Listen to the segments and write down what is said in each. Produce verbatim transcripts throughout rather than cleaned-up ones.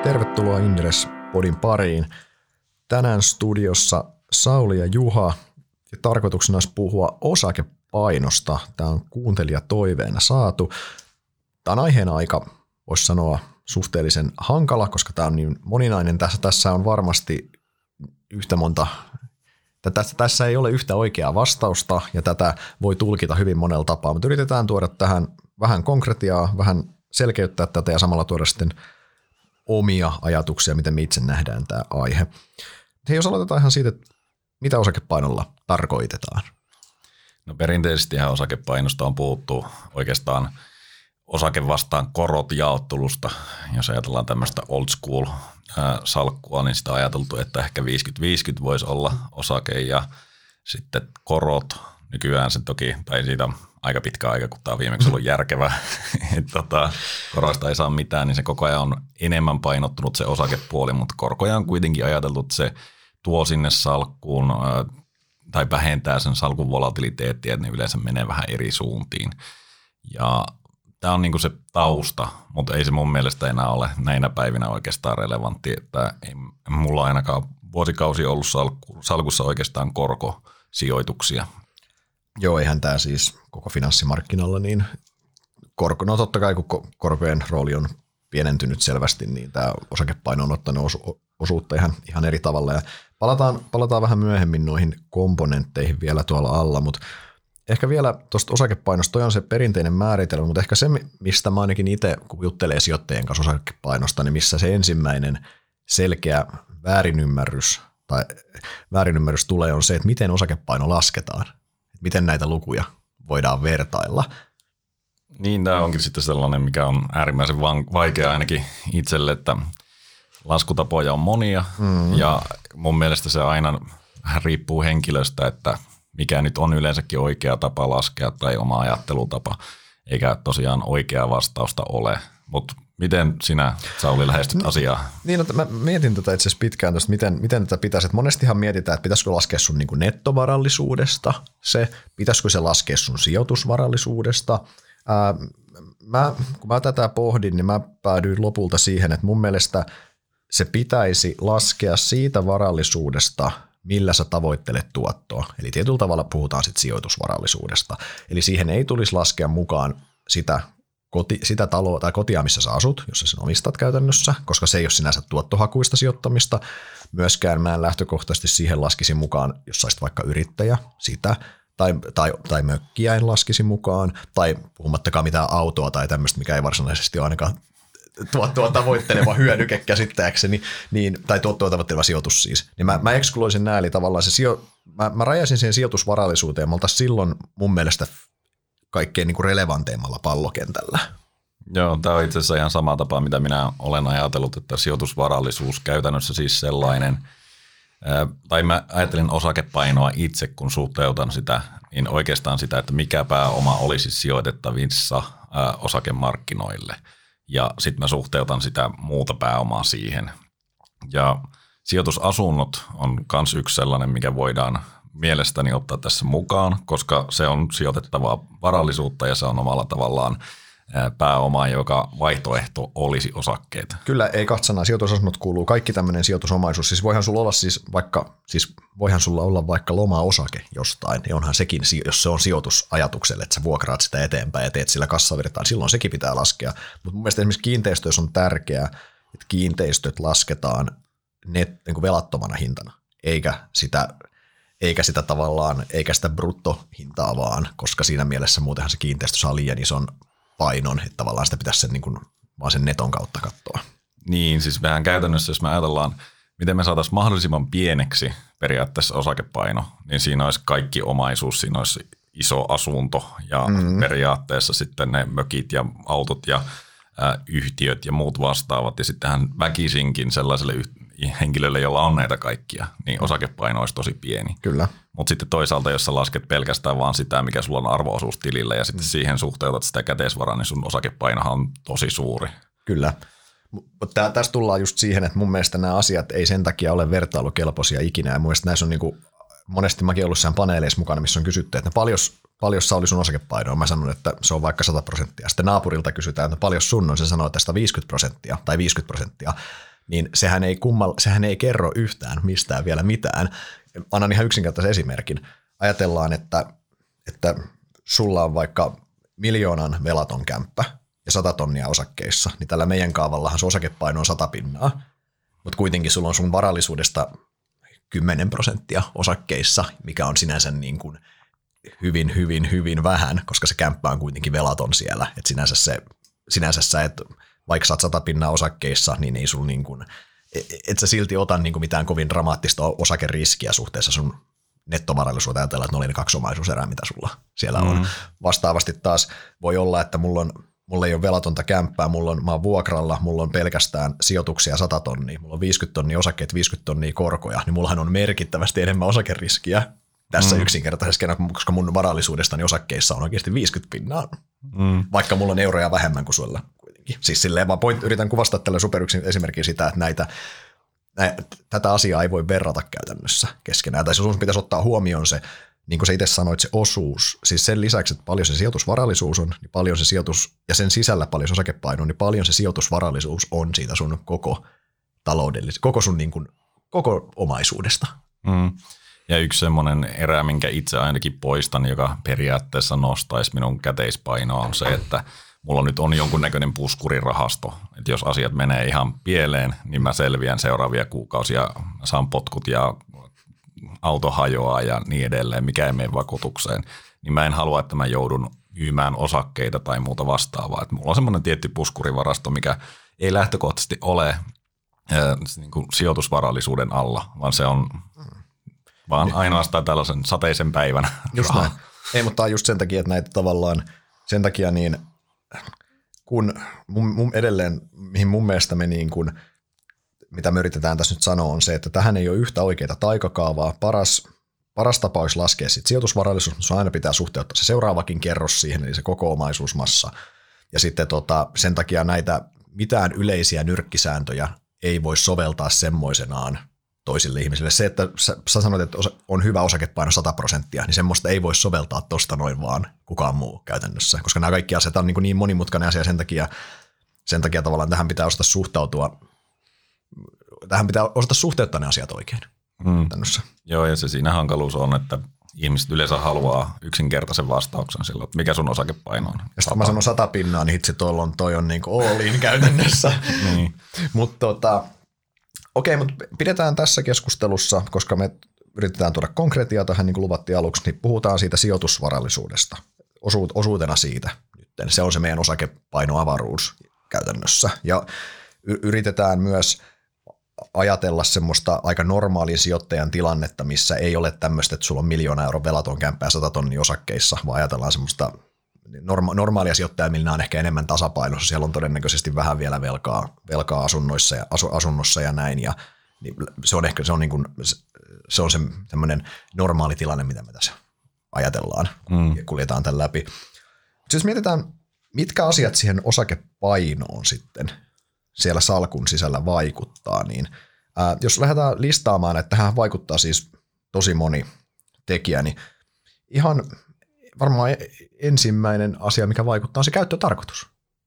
Tervetuloa Inderes-podin pariin. Tänään studiossa Sauli ja Juha ja tarkoituksena olisi puhua osakepainosta. Tämä on kuuntelijatoiveena saatu. Tämä on aiheena aika, voisi sanoa, suhteellisen hankala, koska tämä on niin moninainen. Tässä, tässä on varmasti yhtä monta, tässä, tässä ei ole yhtä oikeaa vastausta ja tätä voi tulkita hyvin monella tapaa, mutta yritetään tuoda tähän vähän konkretiaa, vähän selkeyttää tätä ja samalla tuoda sitten omia ajatuksia, miten me itse nähdään tämä aihe. Hei, jos aloitetaan ihan siitä, että mitä osakepainolla tarkoitetaan? No perinteisesti ihan osakepainosta on puhuttu oikeastaan osake vastaan korot jaottelusta. Jos ajatellaan tämmöistä old school salkkua, niin sitä on ajateltu, että ehkä viisikymmentä viisikymmentä voisi olla osake ja sitten korot. Nykyään se toki, tai siitä on aika pitkä aika, kun tämä on viimeksi ollut järkevää, että tota, koroista ei saa mitään, niin se koko ajan on enemmän painottunut se osakepuoli, mutta korkoja on kuitenkin ajateltu, että se tuo sinne salkkuun tai vähentää sen salkun volatiliteettia, että ne yleensä menee vähän eri suuntiin. Ja tämä on niinku se tausta, mutta ei se mun mielestä enää ole näinä päivinä oikeastaan relevantti, että ei mulla ainakaan vuosikausi ollut salkku, salkussa oikeastaan korkosijoituksia. Joo, eihän tämä siis koko finanssimarkkinalla, niin korko, no totta kai kun korkojen rooli on pienentynyt selvästi, niin tämä osakepaino on ottanut osu, osuutta ihan, ihan eri tavalla. Ja palataan, palataan vähän myöhemmin noihin komponentteihin vielä tuolla alla, mutta ehkä vielä tuosta osakepainosta, toi on se perinteinen määritelmä, mutta ehkä se, mistä mä ainakin itse, kun juttelee sijoittajien kanssa osakepainosta, niin missä se ensimmäinen selkeä väärinymmärrys tai väärinymmärrys tulee, on se, että miten osakepaino lasketaan. Miten näitä lukuja voidaan vertailla? Niin, tämä onkin sitten sellainen, mikä on äärimmäisen vaikea ainakin itselle, että laskutapoja on monia mm. ja mun mielestä se aina riippuu henkilöstä, että mikä nyt on yleensäkin oikea tapa laskea tai oma ajattelutapa, eikä tosiaan oikea vastausta ole. Mutta miten sinä, Sauli, lähestyt asiaa? Niin, no, mä mietin tätä itse asiassa pitkään, tosta, miten, miten tätä pitäisi. Että monestihan mietitään, että pitäisikö laskea sun niin kuin nettovarallisuudesta se, pitäisikö se laskea sun sijoitusvarallisuudesta. Ää, mä, kun mä tätä pohdin, niin mä päädyin lopulta siihen, että mun mielestä se pitäisi laskea siitä varallisuudesta, millä sä tavoittelet tuottoa. Eli tietyllä tavalla puhutaan sitten sijoitusvarallisuudesta. Eli siihen ei tulisi laskea mukaan sitä Koti, sitä taloa tai kotia, missä sä asut, jos sä sen omistat käytännössä, koska se ei ole sinänsä tuottohakuista sijoittamista. Myöskään mä en lähtökohtaisesti siihen laskisin mukaan, jos sä olisit vaikka yrittäjä, sitä, tai, tai, tai mökkiä en laskisi mukaan, tai puhumattakaan mitään autoa tai tämmöistä, mikä ei varsinaisesti ole ainakaan tuottoa tavoitteleva hyödyke käsittääkseni, niin, tai tuottoa tavoitteleva sijoitus siis. Niin mä, mä ekskluoisin nämä, eli tavallaan se sijo, mä, mä rajasin sen sijoitusvarallisuuteen, mä oltaisiin silloin mun mielestä kaikkein niin kuin relevanteimmalla pallokentällä. Joo, tämä on itse asiassa ihan sama tapa, mitä minä olen ajatellut, että sijoitusvarallisuus käytännössä siis sellainen, tai mä ajattelin osakepainoa itse, kun suhteutan sitä, niin oikeastaan sitä, että mikä pääoma olisi sijoitettavissa osakemarkkinoille. Ja sitten mä suhteutan sitä muuta pääomaa siihen. Ja sijoitusasunnot on myös yksi sellainen, mikä voidaan mielestäni ottaa tässä mukaan, koska se on sijoitettavaa varallisuutta ja se on omalla tavallaan pääomaa, joka vaihtoehto olisi osakkeet. Kyllä, ei kahta sanaa. Sijoitusasunnot kuuluu kaikki tämmöinen sijoitusomaisuus. Siis voihan sulla olla siis vaikka, siis voihan sulla olla vaikka loma-osake jostain, ja onhan sekin, jos se on sijoitusajatukselle, että sä vuokraat sitä eteenpäin ja teet sillä kassavirtaan, silloin sekin pitää laskea. Mutta mun mielestä esimerkiksi kiinteistöissä on tärkeää, että kiinteistöt lasketaan net, niin kuin velattomana hintana, eikä sitä eikä sitä tavallaan, eikä sitä bruttohintaa vaan, koska siinä mielessä muutenhan se kiinteistö saa liian ison painon, että tavallaan sitä pitäisi sen, niin kuin, vaan sen neton kautta katsoa. Niin, siis vähän käytännössä, jos me ajatellaan, miten me saataisiin mahdollisimman pieneksi periaatteessa osakepaino, niin siinä olisi kaikki omaisuus, siinä olisi iso asunto ja mm-hmm. periaatteessa sitten ne mökit ja autot ja ä, yhtiöt ja muut vastaavat ja sittenhän väkisinkin sellaiselle yhtiölle, henkilölle, jolla on näitä kaikkia, niin osakepaino olisi tosi pieni. Kyllä. Mutta sitten toisaalta, jos sä lasket pelkästään vaan sitä, mikä sulla on arvo-osuus tilillä ja sitten mm. siihen suhteutat sitä käteisvaraa, niin sun osakepainohan on tosi suuri. Kyllä. Mutta tässä tullaan just siihen, että mun mielestä nämä asiat ei sen takia ole vertailukelpoisia ikinä. Ja mun mielestä näissä on niinku, monesti mäkin ollut siellä paneeleissa mukana, missä on kysytty, että paljon, paljon oli sun osakepainoa. Mä sanon, että se on vaikka sata prosenttia. Sitten naapurilta kysytään, että paljon sun on. Se sanoo, että sitä viisikymmentä prosenttia tai viisikymmentä prosenttia. niin sehän ei, kummal, sehän ei kerro yhtään mistään vielä mitään. Annan ihan yksinkertaisen esimerkin. Ajatellaan, että, että sulla on vaikka miljoonan velaton kämppä ja sata tonnia osakkeissa, niin tällä meidän kaavallahan se osakepaino on sata pinnaa, mutta kuitenkin sulla on sun varallisuudesta kymmenen prosenttia osakkeissa, mikä on sinänsä niin kuin hyvin, hyvin, hyvin vähän, koska se kämppä on kuitenkin velaton siellä. Et sinänsä, se, sinänsä sä, et, vaikka sä oot sata pinnaa osakkeissa, niin ei sun niin kuin, et sä silti ota niin kuin mitään kovin dramaattista osakeriskiä suhteessa sun nettovarallisuuteen. Ajatellaan, että ne oli ne kaksi omaisuuserää, mitä sulla siellä on. Mm. Vastaavasti taas voi olla, että mulla on Mulla ei ole velatonta kämppää, mulla on, mä oon vuokralla, mulla on pelkästään sijoituksia sata tonnia, mulla on viisikymmentä tonnia osakkeet, viisikymmentä tonnia korkoja, niin mullahan on merkittävästi enemmän osakeriskiä tässä mm. yksinkertaisesti, koska mun varallisuudestani osakkeissa on oikeasti viisikymmentä pinnaa, mm. vaikka mulla on euroja vähemmän kuin sulla kuitenkin. Siis silleen vaan point, yritän kuvastaa tällä superyksin esimerkkiä sitä, että näitä, näitä, tätä asiaa ei voi verrata käytännössä keskenään, tai sun pitäisi ottaa huomioon se, niin kuin sä itse sanoit, se osuus, siis sen lisäksi, että paljon se sijoitusvarallisuus on, niin paljon se sijoitus, ja sen sisällä paljon se osakepaino, niin paljon se sijoitusvarallisuus on siitä sun koko taloudellis, koko sun niin kuin, koko omaisuudesta. Mm. Ja yksi semmoinen erä, minkä itse ainakin poistan, joka periaatteessa nostaisi minun käteispainoa, on se, että mulla nyt on jonkunnäköinen puskurirahasto, että jos asiat menee ihan pieleen, niin mä selviän seuraavia kuukausia, saan potkut ja auto hajoaa ja niin edelleen, mikä ei mene vakuutukseen, niin mä en halua, että mä joudun myymään osakkeita tai muuta vastaavaa. Että mulla on semmoinen tietty puskurivarasto, mikä ei lähtökohtaisesti ole ää, niin kuin sijoitusvarallisuuden alla, vaan se on vaan ainoastaan tällaisen sateisen päivän just näin. Ei, mutta just sen takia, että näitä tavallaan, sen takia niin, kun mun, mun edelleen, mihin mun mielestä me niin kuin, mitä me yritetään tässä nyt sanoa, on se, että tähän ei ole yhtä oikeaa taikakaavaa. Paras, paras tapa olisi laskea sit sijoitusvarallisuus, mutta se aina pitää suhteuttaa se seuraavakin kerros siihen, eli se koko omaisuusmassa. Ja sitten tota, sen takia näitä mitään yleisiä nyrkkisääntöjä ei voi soveltaa semmoisenaan toisille ihmisille. Se, että sä, sä sanoit, että on hyvä osakepaino sata prosenttia, niin semmoista ei voi soveltaa tuosta noin vaan kukaan muu käytännössä, koska nämä kaikki asiat on niin, niin monimutkainen asia, sen takia, sen takia tavallaan tähän pitää osata suhtautua. Tähän pitää osata suhteuttaa ne asiat oikein. Mm. Joo, ja se siinä hankaluus on, että ihmiset yleensä haluaa yksinkertaisen vastauksen silloin, että mikä sun osakepaino on. Ja sitten mä sanon sata pinnaa, niin hitsi tuolla on, toi on niin kuin all in käytännössä. niin. Mutta tota, okei, mutta pidetään tässä keskustelussa, koska me yritetään tuoda konkretiaa tähän, niin kuin luvattiin aluksi, niin puhutaan siitä sijoitusvarallisuudesta, osuut, osuutena siitä. Se on se meidän osakepainoavaruus käytännössä. Ja yritetään myös ajatella semmoista aika normaalin sijoittajan tilannetta, missä ei ole tämmöistä, että sulla on miljoona euron velaton kämppää sata tonnia osakkeissa, vaan ajatellaan semmoista norma- normaalia sijoittajaa, millä on ehkä enemmän tasapainossa. Siellä on todennäköisesti vähän vielä velkaa, velkaa asunnoissa ja, asu, asunnossa ja näin. Ja, niin se on ehkä se on, niin kuin, se on se semmoinen normaali tilanne, mitä me tässä ajatellaan mm. ja kuljetaan tämän läpi. Siis mietitään, mitkä asiat siihen osakepainoon sitten siellä salkun sisällä vaikuttaa, niin ää, jos lähdetään listaamaan, että tähän vaikuttaa siis tosi moni tekijä, niin ihan varmaan ensimmäinen asia, mikä vaikuttaa, on se käyttötarkoitus.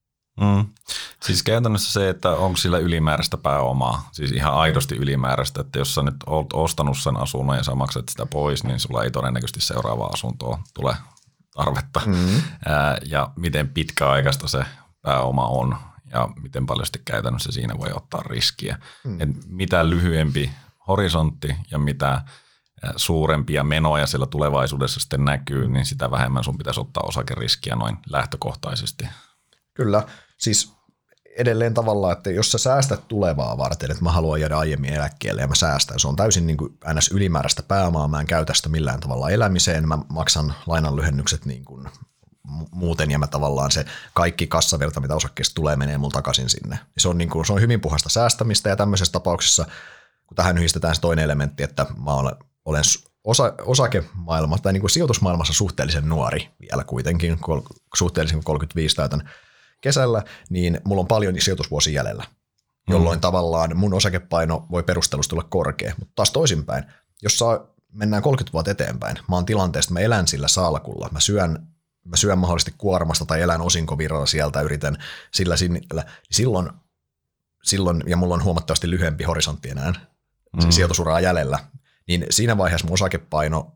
Mm. Siis käytännössä se, että onko sillä ylimääräistä pääomaa, siis ihan aidosti ylimääräistä, että jos sä nyt oot ostanut sen asunnon ja sä maksat sitä pois, niin sulla ei todennäköisesti seuraavaa asuntoa tule tarvetta. Mm. Ää, ja miten pitkäaikaista se pääoma on. Ja miten paljon sitten käytännössä siinä voi ottaa riskiä. Mm. Et mitä lyhyempi horisontti ja mitä suurempia menoja siellä tulevaisuudessa sitten näkyy, niin sitä vähemmän sun pitäisi ottaa osakeriskiä noin lähtökohtaisesti. Kyllä. Siis edelleen tavallaan, että jos sä säästät tulevaa varten, että mä haluan jäädä aiemmin eläkkeelle ja mä säästän, se on täysin niin kuin ns. Ylimääräistä pääomaa, mä en käytä sitä millään tavalla elämiseen, mä maksan lainanlyhennykset niin kuin muuten ja mä tavallaan se kaikki kassavirta, mitä osakkeesta tulee, menee mulla takaisin sinne. Se on, niin kuin, se on hyvin puhasta säästämistä ja tämmöisessä tapauksessa, kun tähän yhdistetään se toinen elementti, että mä olen osa, osakemaailmassa tai niin kuin sijoitusmaailmassa suhteellisen nuori vielä kuitenkin, suhteellisen kolmekymmentäviisi täytän kesällä, niin mulla on paljon sijoitusvuosia jäljellä, jolloin mm. tavallaan mun osakepaino voi perustelusti olla korkea, mutta taas toisinpäin, jos saa, mennään kolmekymmentä vuotta eteenpäin, mä oon tilanteesta, mä elän sillä salkulla, mä syön mä syön mahdollisesti kuormasta tai elän osinkovirralla sieltä, yritän sillä sinnillä, niin silloin silloin, ja mulla on huomattavasti lyhyempi horisontti enää mm. sijoitusuraa jäljellä, niin siinä vaiheessa mun osakepaino,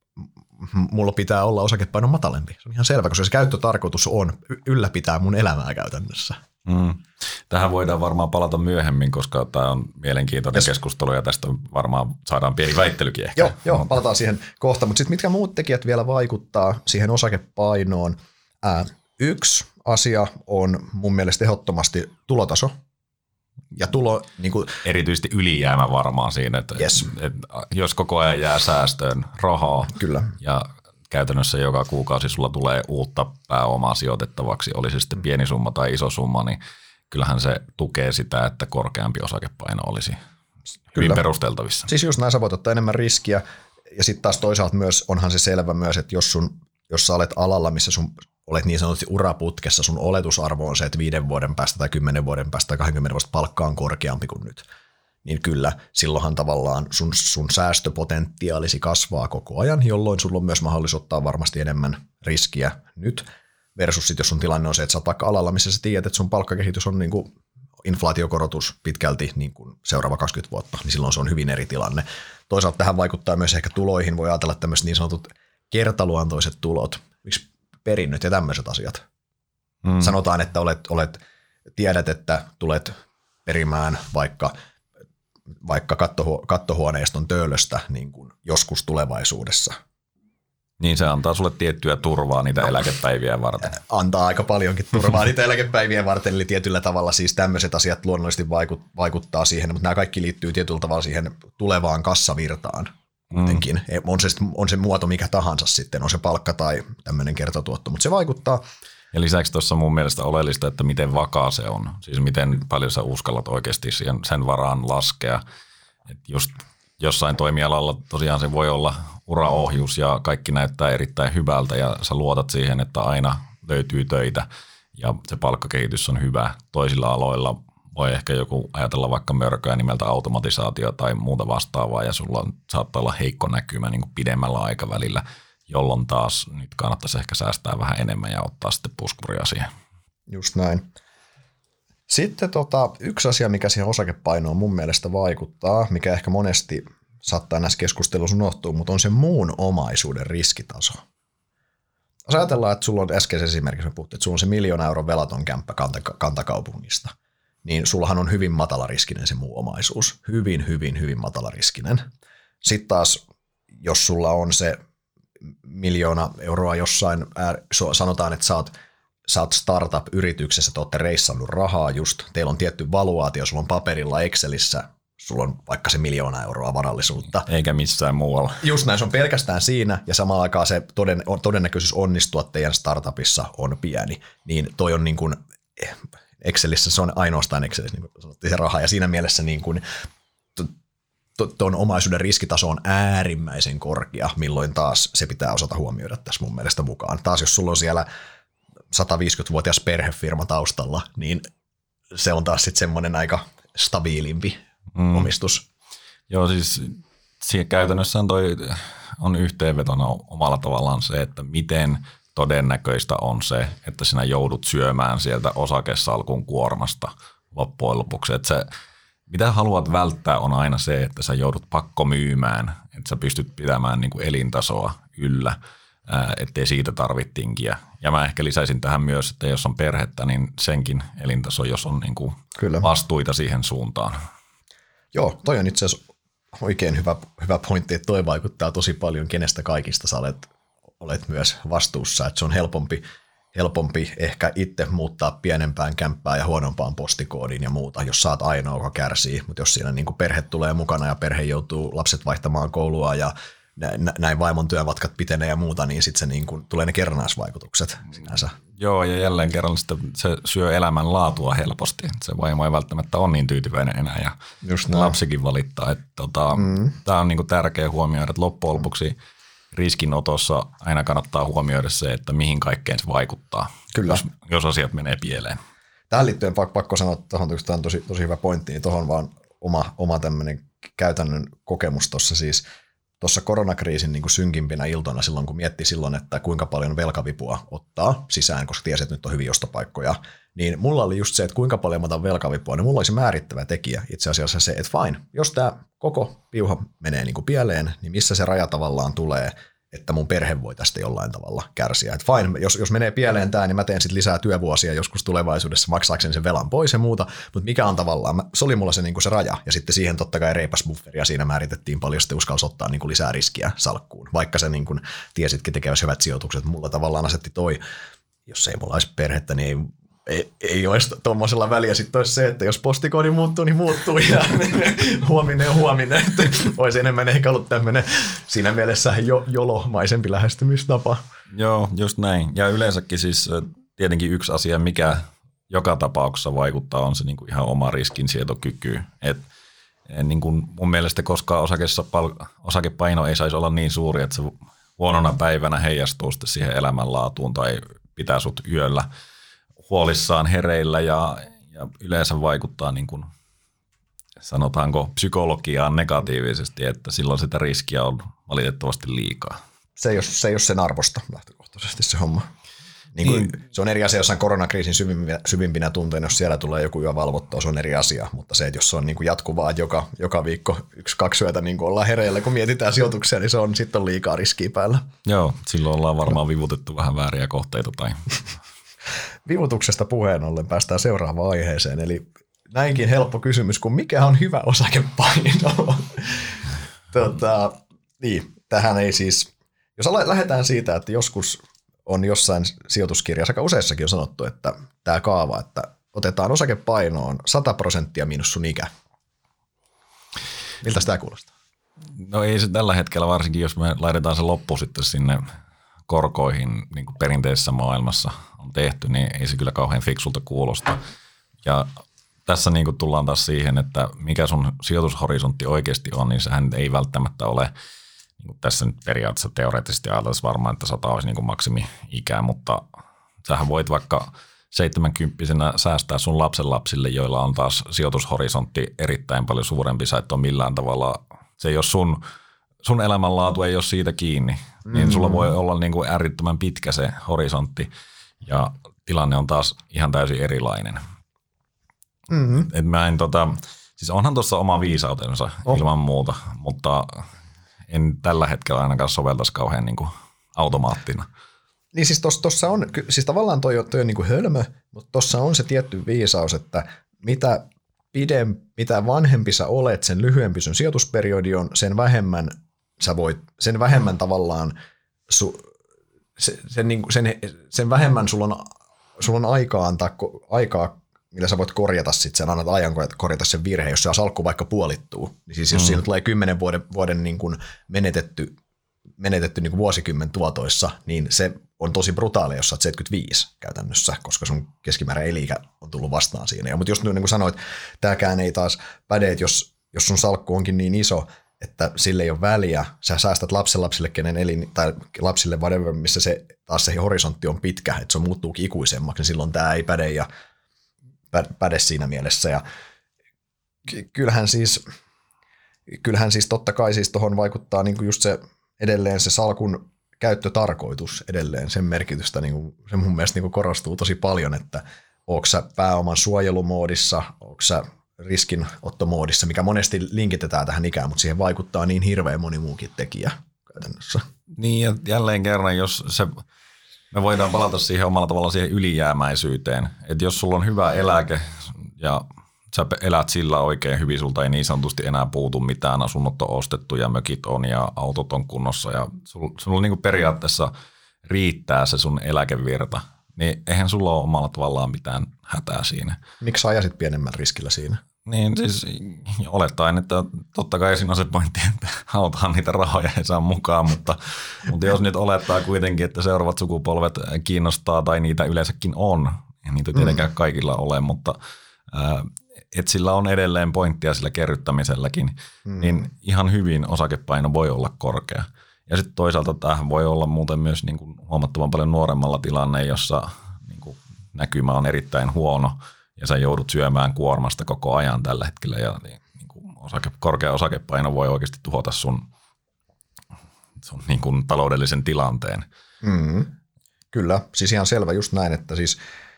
mulla pitää olla osakepaino matalempi. Se on ihan selvä, koska se käyttötarkoitus on ylläpitää mun elämää käytännössä. Mm. Tähän voidaan varmaan palata myöhemmin, koska tämä on mielenkiintoinen yes. keskustelu ja tästä varmaan saadaan pieni väittelykin ehkä. Joo, joo palataan siihen kohta, mutta sitten mitkä muut tekijät vielä vaikuttaa siihen osakepainoon? Ää, yksi asia on mun mielestä ehdottomasti tulotaso. Ja tulo, niin kuin, erityisesti ylijäämä varmaan siinä, että, yes. että jos koko ajan jää säästöön rahaa Kyllä. ja käytännössä joka kuukausi sulla tulee uutta pääomaa sijoitettavaksi, oli se sitten pieni summa tai iso summa, niin kyllähän se tukee sitä, että korkeampi osakepaino olisi hyvin Kyllä. perusteltavissa. Siis just näin, sä voit ottaa enemmän riskiä ja sitten taas toisaalta myös onhan se selvä myös, että jos, sun, jos sä olet alalla, missä sun olet niin sanotusti uraputkessa, sun oletusarvo on se, että viiden vuoden päästä tai kymmenen vuoden päästä tai kaksikymmentä vuotta palkka on korkeampi kuin nyt. Niin kyllä, silloinhan tavallaan sun, sun säästöpotentiaalisi kasvaa koko ajan, jolloin sulla on myös mahdollisuus ottaa varmasti enemmän riskiä nyt, versus sit, jos sun tilanne on se, että sä oot vaikka alalla, missä sä tiedät, että sun palkkakehitys on niin kuin inflaatiokorotus pitkälti niin kuin seuraava kaksikymmentä vuotta, niin silloin se on hyvin eri tilanne. Toisaalta tähän vaikuttaa myös ehkä tuloihin, voi ajatella tämmöiset niin sanotut kertaluontoiset tulot, miksi perinnöt ja tämmöiset asiat. Mm. Sanotaan, että olet, olet, tiedät, että tulet perimään vaikka vaikka kattohu- kattohuoneiston töölöstä niin kuin joskus tulevaisuudessa. Niin se antaa sulle tiettyä turvaa niitä eläkepäiviä varten. Antaa aika paljonkin turvaa niitä eläkepäiviä varten, eli tietyllä tavalla siis tämmöiset asiat luonnollisesti vaikuttaa siihen, mutta nämä kaikki liittyy tietyllä tavalla siihen tulevaan kassavirtaan. Kuitenkin. Mm. On, se, on se muoto mikä tahansa sitten, on se palkka tai tämmöinen kertotuotto, mutta se vaikuttaa. Ja lisäksi tuossa mun mielestä oleellista, että miten vakaa se on. Siis miten paljon sä uskallat oikeasti sen, sen varaan laskea. Et just jossain toimialalla tosiaan se voi olla uraohjus ja kaikki näyttää erittäin hyvältä ja sä luotat siihen, että aina löytyy töitä ja se palkkakehitys on hyvä. Toisilla aloilla voi ehkä joku ajatella vaikka mörköä nimeltä automatisaatio tai muuta vastaavaa ja sulla saattaa olla heikko näkymä niin kuin pidemmällä aikavälillä, jolloin taas nyt kannattaisi ehkä säästää vähän enemmän ja ottaa sitten puskuria siihen. Just näin. Sitten tota, yksi asia, mikä siihen osakepainoon mun mielestä vaikuttaa, mikä ehkä monesti saattaa näissä keskustelussa unohtua, mutta on se muun omaisuuden riskitaso. Jos ajatellaan, että sulla on äsken esimerkiksi, me puhuttiin, että sulla on se miljoona euron velaton kämppä kantakaupungista, niin sullahan on hyvin matalariskinen se muu omaisuus. Hyvin, hyvin, hyvin matalariskinen. Sitten taas, jos sulla on se miljoona euroa jossain, sanotaan, että sä oot, sä oot startup-yrityksessä, te ootte reissannut rahaa just, teillä on tietty valuaatio, sulla on paperilla Excelissä, sulla on vaikka se miljoona euroa varallisuutta. Eikä missään muualla. Just näin, se on pelkästään siinä, ja samaan aikaan se toden, todennäköisyys onnistua teidän startupissa on pieni, niin toi on niin kuin, Excelissä se on ainoastaan Excelissä, niin kuin sanottiin, se raha, ja siinä mielessä niin kuin, tuon omaisuuden riskitaso on äärimmäisen korkea, milloin taas se pitää osata huomioida tässä mun mielestä mukaan. Taas jos sulla on siellä sataviisikymmentävuotias perhefirma taustalla, niin se on taas sitten semmoinen aika stabiilimpi mm. omistus. Joo, siis käytännössä toi on yhteenvetona omalla tavallaan se, että miten todennäköistä on se, että sinä joudut syömään sieltä osakesalkun kuormasta loppujen lopuksi. Että se, mitä haluat välttää on aina se, että sä joudut pakko myymään, että sä pystyt pitämään niin kuin elintasoa yllä, ettei siitä tarvitse tinkiä. Ja mä ehkä lisäisin tähän myös, että jos on perhettä, niin senkin elintaso, jos on niin kuin vastuita siihen suuntaan. Joo, toi on itse asiassa oikein hyvä, hyvä pointti, että toi vaikuttaa tosi paljon, kenestä kaikista sä olet, olet myös vastuussa, että se on helpompi, helpompi ehkä itse muuttaa pienempään kämppään ja huonompaan postikoodiin ja muuta, jos sä oot ainoa, joka kärsii, mutta jos siinä niin kuin perhe tulee mukana ja perhe joutuu lapset vaihtamaan koulua ja näin vaimon työmatkat pitenee ja muuta, niin sitten se niin kuin, tulee ne kerrannaisvaikutukset sinänsä. Joo, ja jälleen kerran se syö elämän laatua helposti. Se vaimo ei välttämättä ole niin tyytyväinen enää, ja lapsikin valittaa. Tota, mm. Tämä on niin kuin tärkeä huomioida, että loppujen lopuksi riskinotossa aina kannattaa huomioida se, että mihin kaikkeen se vaikuttaa, Kyllä. Jos, jos asiat menee pieleen. Tähän liittyen pakko sanoa, että tuohon on tosi, tosi hyvä pointti, niin tuohon vaan oma, oma tämmöinen käytännön kokemus tuossa siis. tuossa koronakriisin niin kuin synkimpinä iltoina silloin, kun mietti silloin, että kuinka paljon velkavipua ottaa sisään, koska tiesi, että nyt on hyviä ostopaikkoja, niin mulla oli just se, että kuinka paljon mä otan velkavipua, niin mulla olisi määrittävä tekijä itse asiassa se, että fine, jos tämä koko piuha menee niin kuin pieleen, niin missä se raja tavallaan tulee, että mun perhe voi tästä jollain tavalla kärsiä. Et fine, jos, jos menee pieleen tämä, niin mä teen sitten lisää työvuosia joskus tulevaisuudessa maksaakseni sen velan pois ja muuta, mutta mikä on tavallaan, mä, se oli mulla se, niin se raja, ja sitten siihen totta kai reipasbufferia siinä määritettiin paljon, sitten uskalsi ottaa niin lisää riskiä salkkuun, vaikka se niin kuin, tiesitkin tekeväsi hyvät sijoitukset, mulla tavallaan asetti toi, jos ei mulla olisi perhettä, niin ei Ei, ei olisi tuommoisella väliä. Sitten olisi se, että jos postikoodi muuttuu, niin muuttuu ja huominen ja huominen. Olisi enemmän ehkä ollut tämmöinen siinä mielessä jo, jolomaisempi lähestymistapa. Joo, just näin. Ja yleensäkin siis tietenkin yksi asia, mikä joka tapauksessa vaikuttaa, on se niin kuin ihan oma riskinsietokyky. Et, niin kuin mun mielestä koskaan osakessa, osakepaino ei saisi olla niin suuri, että se huonona päivänä heijastuu sitten siihen elämänlaatuun tai pitää sut yöllä huolissaan hereillä ja, ja yleensä vaikuttaa niin kuin, sanotaanko psykologiaan negatiivisesti, että silloin sitä riskiä on valitettavasti liikaa. Se ei ole, se ei ole sen arvosta lähtökohtaisesti se homma. Niin kuin, niin. Se on eri asia jossain koronakriisin syvimpinä, syvimpinä tunteina, jos siellä tulee joku yö valvottua, se on eri asia, mutta se, että jos se on niin kuin jatkuvaa, että joka, joka viikko yksi, kaksi yötä niin kuin ollaan hereillä, kun mietitään sijoituksia, niin se on sitten on liikaa riskiä päällä. Joo, silloin ollaan varmaan vivutettu vähän vääriä kohteita tai... Vivutuksesta puheen ollen päästään seuraavaan aiheeseen, eli näinkin helppo kysymys kuin mikä on hyvä osakepaino? tota, niin, tähän ei siis, jos lähdetään siitä, että joskus on jossain sijoituskirjassa, aika useissakin on sanottu, että tämä kaava, että otetaan osakepainoon sata prosenttia miinus sun ikä. Miltä tämä kuulostaa? No ei se tällä hetkellä, varsinkin jos me laitetaan se loppu sitten sinne korkoihin, niin kuin perinteisessä maailmassa on tehty, niin ei se kyllä kauhean fiksulta kuulosta. Ja tässä niin kuin tullaan taas siihen, että mikä sun sijoitushorisontti oikeasti on, niin sehän ei välttämättä ole, niin kuin tässä nyt periaatteessa teoreettisesti ajatellaan varmaan, että sata olisi niin kuin maksimi-ikää, mutta sähän voit vaikka seitsemänkymppisenä säästää sun lapsenlapsille, joilla on taas sijoitushorisontti erittäin paljon suurempi, sä et ole millään tavalla, se ei ole sun, sun elämänlaatu ei ole siitä kiinni, mm. niin sulla voi olla niin kuin äärittömän pitkä se horisontti ja tilanne on taas ihan täysin erilainen. Mm-hmm. Et mä en tota, siis onhan tuossa oma viisautensa oh. ilman muuta, mutta en tällä hetkellä ainakaan soveltaisi kauhean niin kuin automaattina. Niin siis tuossa on, siis tavallaan toi, toi on niin kuin hölmö, mutta tuossa on se tietty viisaus, että mitä pidem, mitä vanhempi sä olet, sen lyhyempi sun sijoitusperiodi on, sen vähemmän sä voit, sen vähemmän tavallaan, su, se, sen, niin kuin, sen, sen vähemmän sulla on, sulla on aikaa antaa, aikaa, millä sä voit korjata sit sen, annat ajan korjata sen virhe, jos se salkku vaikka puolittuu. Niin siis jos mm. siinä tulee kymmenen vuoden, vuoden niin kuin menetetty, menetetty niin kuin vuosikymmen tuotoissa, niin se on tosi brutaali, jos sä oot seitsemänkymmentäviisi käytännössä, koska sun keskimääräinen eliikä on tullut vastaan siinä. Ja, mutta just niin kuin sanoit, tämäkään ei taas päde, että jos, jos sun salkku onkin niin iso, että sille ei ole väliä, sä säästät lapsenlapsille, kenen elin, tai lapsille whatever, missä se taas se horisontti on pitkä, että se muuttuukin ikuisemmaksi, niin silloin tämä ei päde ja päde siinä mielessä. Ja kyllähän siis, kyllähän siis totta kai siis tuohon vaikuttaa niin kuin just se edelleen se salkun käyttötarkoitus edelleen, sen merkitystä, niin kuin, se mun mielestä niin kuin korostuu tosi paljon, että ootko sä pääoman suojelumoodissa, ootko sä riskinottomoodissa, mikä monesti linkitetään tähän ikään, mutta siihen vaikuttaa niin hirveän moni muukin tekijä käytännössä. Niin ja jälleen kerran, jos se, me voidaan palata siihen omalla tavalla siihen ylijäämäisyyteen, että jos sulla on hyvä eläke ja sä elät sillä oikein hyvin, sulta ei niin sanotusti enää puutu mitään, asunnot on ostettu ja mökit on ja autot on kunnossa ja sulla sul niin kuin periaatteessa riittää se sun eläkevirta, niin eihän sulla ole omalla tavallaan mitään hätää siinä. Miksi sä ajasit pienemmän riskillä siinä? Niin siis olettaen, että totta kai siinä on se pointti, että halutaan niitä rahoja ei saa mukaan, mutta, mutta jos nyt olettaa kuitenkin, että seuraavat sukupolvet kiinnostaa tai niitä yleensäkin on, ja niitä tietenkään kaikilla ole, mutta ää, että sillä on edelleen pointtia sillä kerryttämiselläkin, mm. niin ihan hyvin osakepaino voi olla korkea. Ja sitten toisaalta tämähän voi olla muuten myös niin kuin huomattavan paljon nuoremmalla tilanne, jossa niin kuin näkymä on erittäin huono ja sä joudut syömään kuormasta koko ajan tällä hetkellä ja niin kuin osake, korkea osakepaino voi oikeasti tuhota sun sun niin kuin taloudellisen tilanteen. Mm, kyllä, siis ihan selvä just näin, että siis,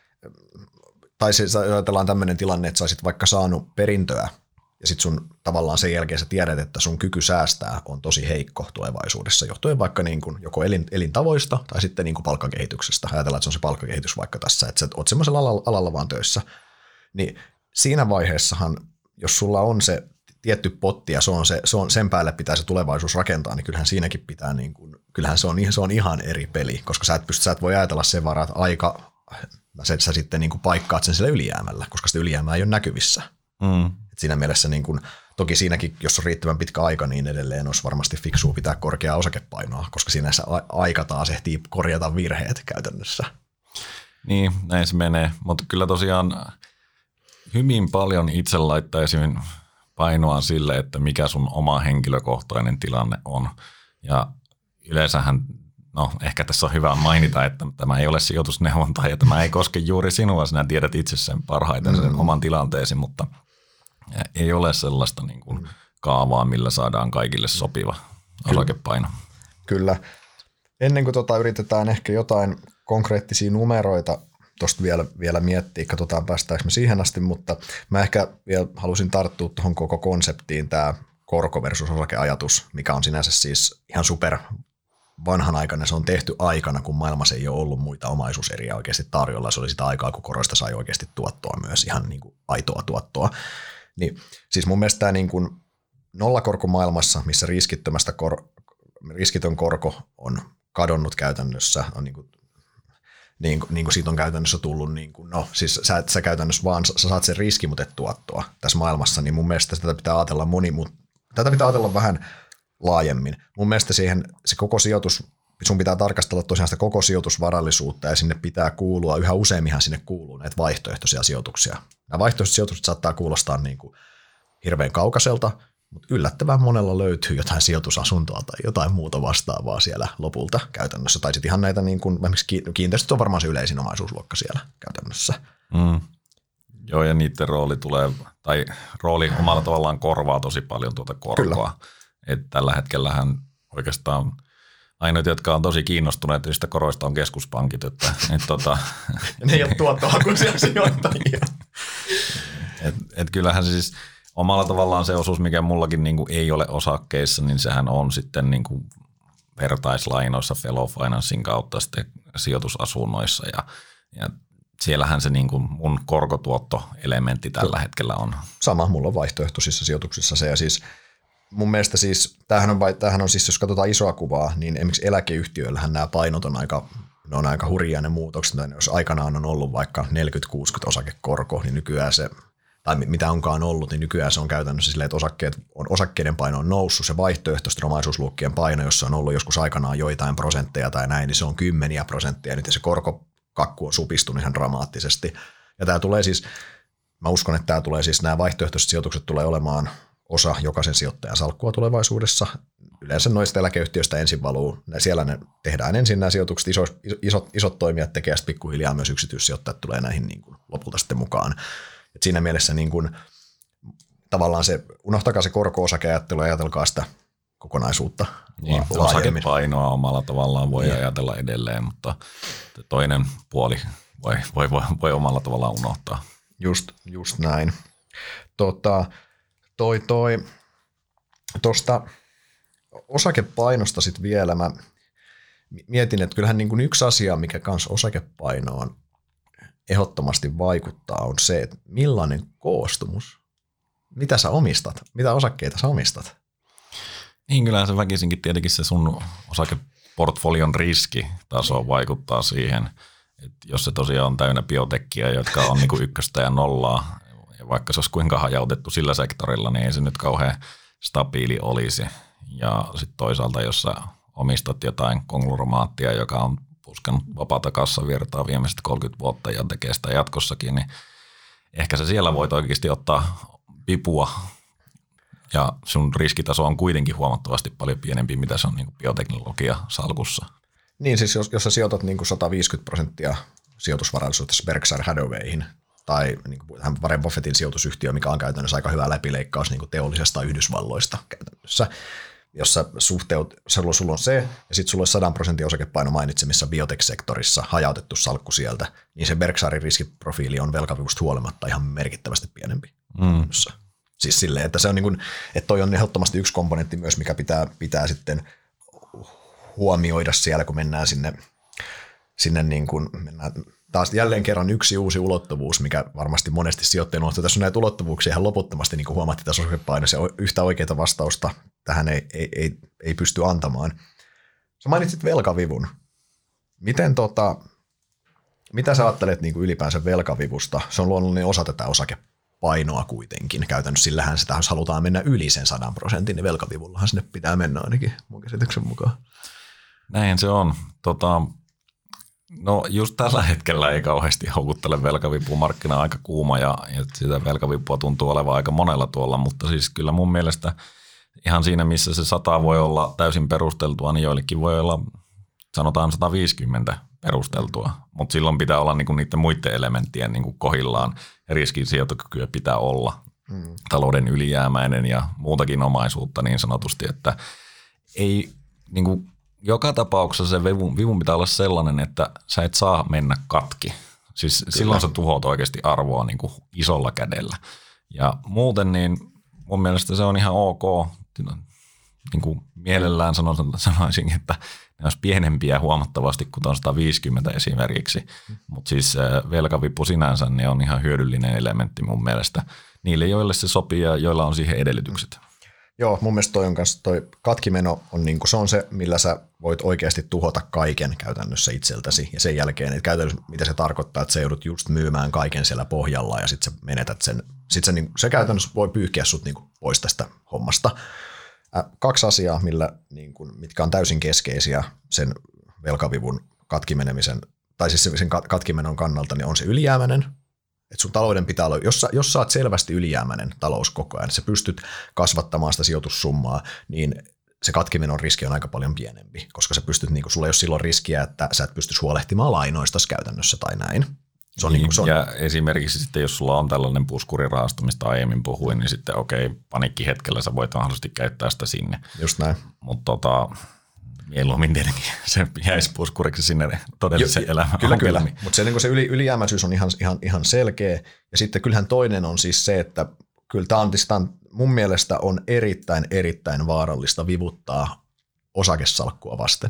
tai siis ajatellaan tämmöinen tilanne, että sä olisit vaikka saanut perintöä, ja sitten sun tavallaan sen jälkeen sä tiedät, että sun kyky säästää on tosi heikko tulevaisuudessa, johtuen vaikka niin kuin joko elin, elintavoista tai sitten niin kuin palkkakehityksestä. Ajatellaan, että se on se palkkakehitys vaikka tässä, että sä oot semmoisella alalla, alalla vaan töissä. Niin siinä vaiheessahan, jos sulla on se tietty potti ja se on se, se on, sen päälle pitää se tulevaisuus rakentaa, niin kyllähän siinäkin pitää, niin kuin, kyllähän se on, se on ihan eri peli, koska sä et, pysty, sä et voi ajatella sen varaa, että aika, sä, sä sitten niin kuin paikkaat sen sillä ylijäämällä, koska sitä ylijäämää ei ole näkyvissä. Mm. Et siinä mielessä niin kun, toki siinäkin, jos on riittävän pitkä aika, niin edelleen olisi varmasti fiksua pitää korkeaa osakepainoa, koska siinä se aika taas ehtii korjata virheet käytännössä. Niin, näin se menee, mutta kyllä tosiaan hyvin paljon itse laittaisin painoa sille, että mikä sun oma henkilökohtainen tilanne on. Ja yleensähän, no ehkä tässä on hyvä mainita, että tämä ei ole sijoitusneuvonta ja tämä ei koske juuri sinua, sinä tiedät itse sen parhaiten sen mm. oman tilanteesi, mutta ei ole sellaista niin kuin kaavaa, millä saadaan kaikille sopiva Kyllä. osakepaino. Kyllä. Ennen kuin tota yritetään ehkä jotain konkreettisia numeroita tuosta vielä, vielä miettiä, katsotaan päästäänkö me siihen asti, mutta mä ehkä vielä halusin tarttua tuohon koko konseptiin, tämä korko versus osakeajatus, mikä on sinänsä siis ihan super vanhanaikainen. Se on tehty aikana, kun maailmassa ei ole ollut muita omaisuuseriä oikeasti tarjolla. Se oli sitä aikaa, kun koroista sai oikeasti tuottoa myös, ihan niin kuin aitoa tuottoa. Niin, siis mun mielestä tämä niin kuin nollakorkomaailmassa, missä riskittömästä kor- riskitön korko on kadonnut käytännössä, on niin kuin, niin kuin, niin kuin siitä on käytännössä tullut, niin kuin, no siis sä, sä käytännössä vaan sä saat sen riski, mutta et tuottoa tässä maailmassa, niin mun mielestä tätä pitää ajatella moni, mutta tätä pitää ajatella vähän laajemmin. Mun mielestä siihen se koko sijoitus, sun pitää tarkastella tosiaan sitä koko sijoitusvarallisuutta ja sinne pitää kuulua, yhä useimminhan sinne kuuluu näitä vaihtoehtoisia sijoituksia. Nämä vaihtoehtoiset sijoitukset saattaa kuulostaa niin kuin hirveän kaukaiselta, mutta yllättävän monella löytyy jotain sijoitusasuntoa tai jotain muuta vastaavaa siellä lopulta käytännössä. Tai sitten ihan näitä, niin kuin, esimerkiksi kiinteistöt on varmaan se yleisin omaisuusluokka siellä käytännössä. Mm. Joo, ja niiden rooli tulee, tai rooli omalla tavallaan korvaa tosi paljon tuota korkoa. Että tällä hetkellähän oikeastaan ainoat, jotka on tosi kiinnostuneet niistä koroista, on keskuspankit. Että, et, tota, ne ei ole tuottohakuisia sijoittajia. et, et kyllähän siis omalla tavallaan se osuus, mikä mullakin niin kuin ei ole osakkeissa, niin sehän on sitten niin kuin vertaislainoissa fellow financing kautta sitten sijoitusasunnoissa. Ja, ja siellähän se niin kuin mun korkotuottoelementti tällä hetkellä on. Sama, mulla on vaihtoehtoisissa sijoituksissa se. Ja siis mun mielestä siis, tämähän on, tämähän on siis, jos katsotaan isoa kuvaa, niin esimerkiksi eläkeyhtiöillähän nämä painot on aika, ne on aika hurjia ne muutokset. Jos aikanaan on ollut vaikka neljäkymmentä kuusikymmentä osakekorko, niin nykyään se, tai mitä onkaan ollut, niin nykyään se on käytännössä silleen, että osakkeet, on, osakkeiden paino on noussut, se vaihtoehtoisten omaisuusluokkien paino, jossa on ollut joskus aikanaan joitain prosentteja tai näin, niin se on kymmeniä prosentteja nyt, ja se korkokakku on supistunut ihan dramaattisesti. Ja tämä tulee siis, mä uskon, että tämä tulee siis, nämä vaihtoehtoiset sijoitukset tulee olemaan osa jokaisen sijoittajan salkkua tulevaisuudessa. Yleensä noista eläkeyhtiöistä ensin valuu, siellä ne tehdään ensin nämä sijoitukset, isot, isot, isot toimijat tekee sitten pikkuhiljaa myös yksityissijoittajat tulee näihin niin kuin lopulta sitten mukaan. Et siinä mielessä niin kuin, tavallaan se, unohtakaa se korko-osakeajattelu ja ajatelkaa sitä kokonaisuutta. Niin, osakepainoa omalla tavallaan voi ja. ajatella edelleen, mutta toinen puoli voi, voi, voi, voi omalla tavallaan unohtaa. Just, just näin. Tota, toi, toi, tosta osakepainosta sitten vielä mä mietin, että kyllähän niin kuin yksi asia, mikä kanssa osakepainoon ehdottomasti vaikuttaa, on se, että millainen koostumus, mitä sä omistat, mitä osakkeita sä omistat. Niin, kyllähän se väkisinkin tietenkin se sun osakeportfolion riskitaso vaikuttaa siihen, että jos se tosiaan on täynnä biotekkiä, jotka on niin kuin ykköstä ja nollaa, ja vaikka se olisi kuinka hajautettu sillä sektorilla, niin ei se nyt kauhean stabiili olisi. Ja sitten toisaalta, jos sä omistat jotain konglomeraattia, joka on puskenut vapaata kassavirtaa viimeiset kolmekymmentä vuotta ja tekee sitä jatkossakin, niin ehkä se siellä voit oikeasti ottaa vipua. Ja sun riskitaso on kuitenkin huomattavasti paljon pienempi, mitä se on niin kuin bioteknologia salkussa. Niin siis jos, jos sä sijoitat niin kuin sata viisikymmentä prosenttia sijoitusvarallisuudessa Berkshire Hathawayhin tai niin kuin Warren Buffettin sijoitusyhtiö, mikä on käytännössä aika hyvä läpileikkaus niin kuin teollisesta Yhdysvalloista käytännössä, jossa suhteut, sulla on se, ja sitten sulla olisi sadan prosentin osakepaino mainitsemissa biotech-sektorissa, hajautettu salkku sieltä, niin se Berkshiren riskiprofiili on velkavivusta huolimatta ihan merkittävästi pienempi. Mm. Siis silleen, että se on niin kuin, että toi on ehdottomasti yksi komponentti myös, mikä pitää, pitää sitten huomioida siellä, kun mennään sinne, sinne niin kuin, mennään taas jälleen kerran yksi uusi ulottuvuus, mikä varmasti monesti sijoittajien unohtuu. Tässä on näitä ulottuvuuksia ihan loputtomasti, niin kuin huomattiin tässä osakepainossa, ja yhtä oikeaa vastausta tähän ei, ei, ei, ei pysty antamaan. Sä mainitsit velkavivun. Miten tota, mitä sä ajattelet niin kuin ylipäänsä velkavivusta? Se on luonnollinen osa tätä osakepainoa kuitenkin. Käytännössä sillähän sitä, jos halutaan mennä yli sen sadan prosentin, niin velkavivullahan sinne pitää mennä ainakin mun käsityksen mukaan. Näin se on. Tota, no just tällä hetkellä ei kauheasti houkuttele velkavipua. Markkina on aika kuuma ja, ja sitä velkavipua tuntuu olevan aika monella tuolla, mutta siis kyllä mun mielestä ihan siinä, missä se sata voi olla täysin perusteltua, niin joillekin voi olla sanotaan sata viisikymmentä perusteltua, mutta silloin pitää olla niinku niiden muiden elementtien niinku kohillaan ja riskin sijoitokykyä pitää olla. Mm. Talouden ylijäämäinen ja muutakin omaisuutta niin sanotusti, että ei niinku joka tapauksessa se vivun, vivun pitää olla sellainen, että sä et saa mennä katki. Siis Kyllä. silloin sä tuhoat oikeasti arvoa niin kuin isolla kädellä. Ja muuten niin mun mielestä se on ihan ok. Niin kuin mielellään sanoisin, että ne olisi pienempiä huomattavasti kuin tuon sata viisikymmentä esimerkiksi. Mutta siis velkavipu sinänsä niin on ihan hyödyllinen elementti mun mielestä niille, joille se sopii ja joilla on siihen edellytykset. Joo, mun mielestä toi on kanssa, toi katkimeno on niinku, se on se, millä sä voit oikeasti tuhota kaiken käytännössä itseltäsi. Ja sen jälkeen, että käytännössä mitä se tarkoittaa, että sä joudut just myymään kaiken siellä pohjalla ja sitten sä menetät sen. Sitten se, niin, se käytännössä voi pyyhkiä sut niinku pois tästä hommasta. Äh, kaksi asiaa, millä, niinku, mitkä on täysin keskeisiä sen velkavivun katkimenemisen, tai siis sen katkimenon kannalta, niin on se ylijäämäinen. Että sun talouden pitää olla, jos sä, jos sä oot selvästi ylijäämäinen talous koko ajan, että sä pystyt kasvattamaan sitä sijoitussummaa, niin se katkimenon riski on aika paljon pienempi, koska sä pystyt, niin kun sulla ei ole silloin riskiä, että sä et pysty huolehtimaan lainoista käytännössä tai näin. Se on niin, niin kuin, se on. Ja esimerkiksi sitten, jos sulla on tällainen puskurirahasto, mistä aiemmin puhuin, niin sitten okei, okay, paniikkihetkellä sä voit mahdollisesti käyttää sitä sinne. Just näin. Mutta tota, mieluummin tietenkin se jäisi puskuriksi sinne todelliseen elämään. Kyllä, kyllä. Mutta se, niin se yli, ylijäämäisyys on ihan, ihan, ihan selkeä. Ja sitten kyllähän toinen on siis se, että kyllä tämä on, tämä on, mun mielestä on erittäin, erittäin vaarallista vivuttaa osakesalkkua vasten.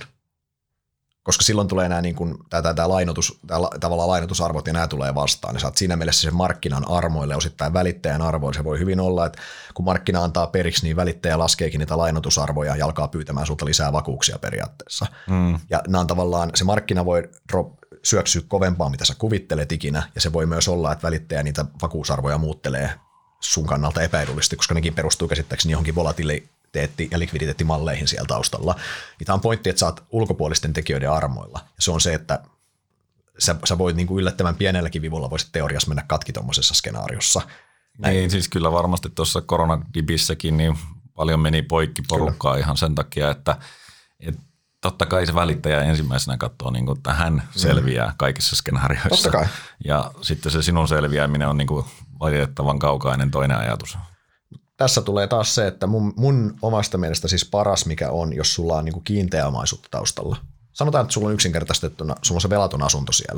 Koska silloin tulee nämä niin kuin, tämä, tämä lainotus, tämä, tavallaan lainotusarvot ja nämä tulee vastaan. Ja sä oot siinä mielessä sen markkinan armoille, osittain välittäjän arvoille. Se voi hyvin olla, että kun markkina antaa periksi, niin välittäjä laskeekin niitä lainotusarvoja ja alkaa pyytämään sulta lisää vakuuksia periaatteessa. Mm. Ja nämä on tavallaan, se markkina voi drop, syöksyä kovempaa, mitä sä kuvittelet ikinä. Ja se voi myös olla, että välittäjä niitä vakuusarvoja muuttelee sun kannalta epäedullisesti, koska nekin perustuu käsittääkseni johonkin volatiliteetti- ja likviditeettimalleihin siellä taustalla. Ja tämä on pointti, että sä oot ulkopuolisten tekijöiden armoilla. Ja se on se, että sä, sä voit niin kuin yllättävän pienelläkin vivulla voisit teoriassa mennä katki tuommoisessa skenaariossa. Näin. Niin, siis kyllä varmasti tuossa koronadibissäkin niin paljon meni poikki porukkaa kyllä. Ihan sen takia, että, että totta kai se välittäjä ensimmäisenä katsoo, niin kuin, että hän selviää mm. kaikissa skenaarioissa. Totta kai. Ja sitten se sinun selviäminen on niin kuin valitettavan kaukainen toinen ajatus. Tässä tulee taas se, että mun, mun omasta mielestä siis paras mikä on, jos sulla on niin kuin kiinteä omaisuutta taustalla. Sanotaan, että sulla on yksinkertaistettuna, sulla on se velaton asunto siellä.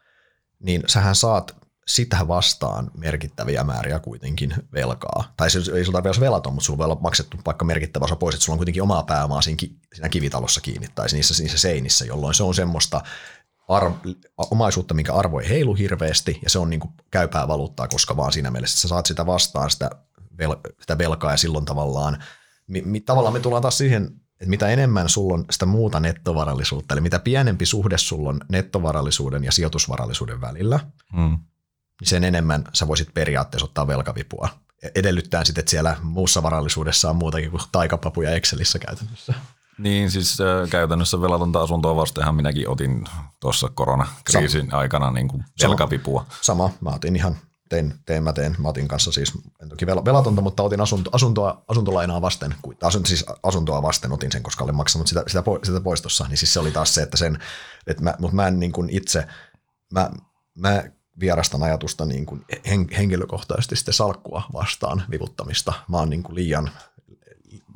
Niin sähän saat sitä vastaan merkittäviä määriä kuitenkin velkaa. Tai se ei sulla tarvitse velaton, mutta sulla voi olla maksettu vaikka merkittävä osa pois, että sulla on kuitenkin omaa pääomaa siinä, siinä kivitalossa kiinni tai niissä, niissä seinissä, jolloin se on semmoista arv- omaisuutta, minkä arvo ei heilu hirveästi ja se on niin kuin käypää valuuttaa, koska vaan siinä mielessä, että sä saat sitä vastaan sitä, vel- sitä velkaa ja silloin tavallaan, mi- mi- tavallaan me tullaan taas siihen, että mitä enemmän sulla on sitä muuta nettovarallisuutta, eli mitä pienempi suhde sulla on nettovarallisuuden ja sijoitusvarallisuuden välillä, mm. niin sen enemmän sä voisit periaatteessa ottaa velkavipua. Edellyttäen sitten, että siellä muussa varallisuudessa on muutakin kuin taikapapuja Excelissä käytännössä. Niin, siis äh, käytännössä velatonta asuntoa vastenhan minäkin otin tuossa koronakriisin Sama. aikana niin kuin velkavipua. Sama, mä otin ihan, tein, tein, mä teen, mä otin kanssa siis, en toki velatonta, mutta otin asunto, asuntoa, asuntolainaa vasten, siis asuntoa vasten otin sen, koska olin maksanut sitä, sitä, sitä poistossa, niin siis se oli taas se, että sen, että mä, mutta mä en niin kuin itse, mä, mä vierastan ajatusta niin kuin henkilökohtaisesti sitten salkkua vastaan vivuttamista. Mä oon niin kuin liian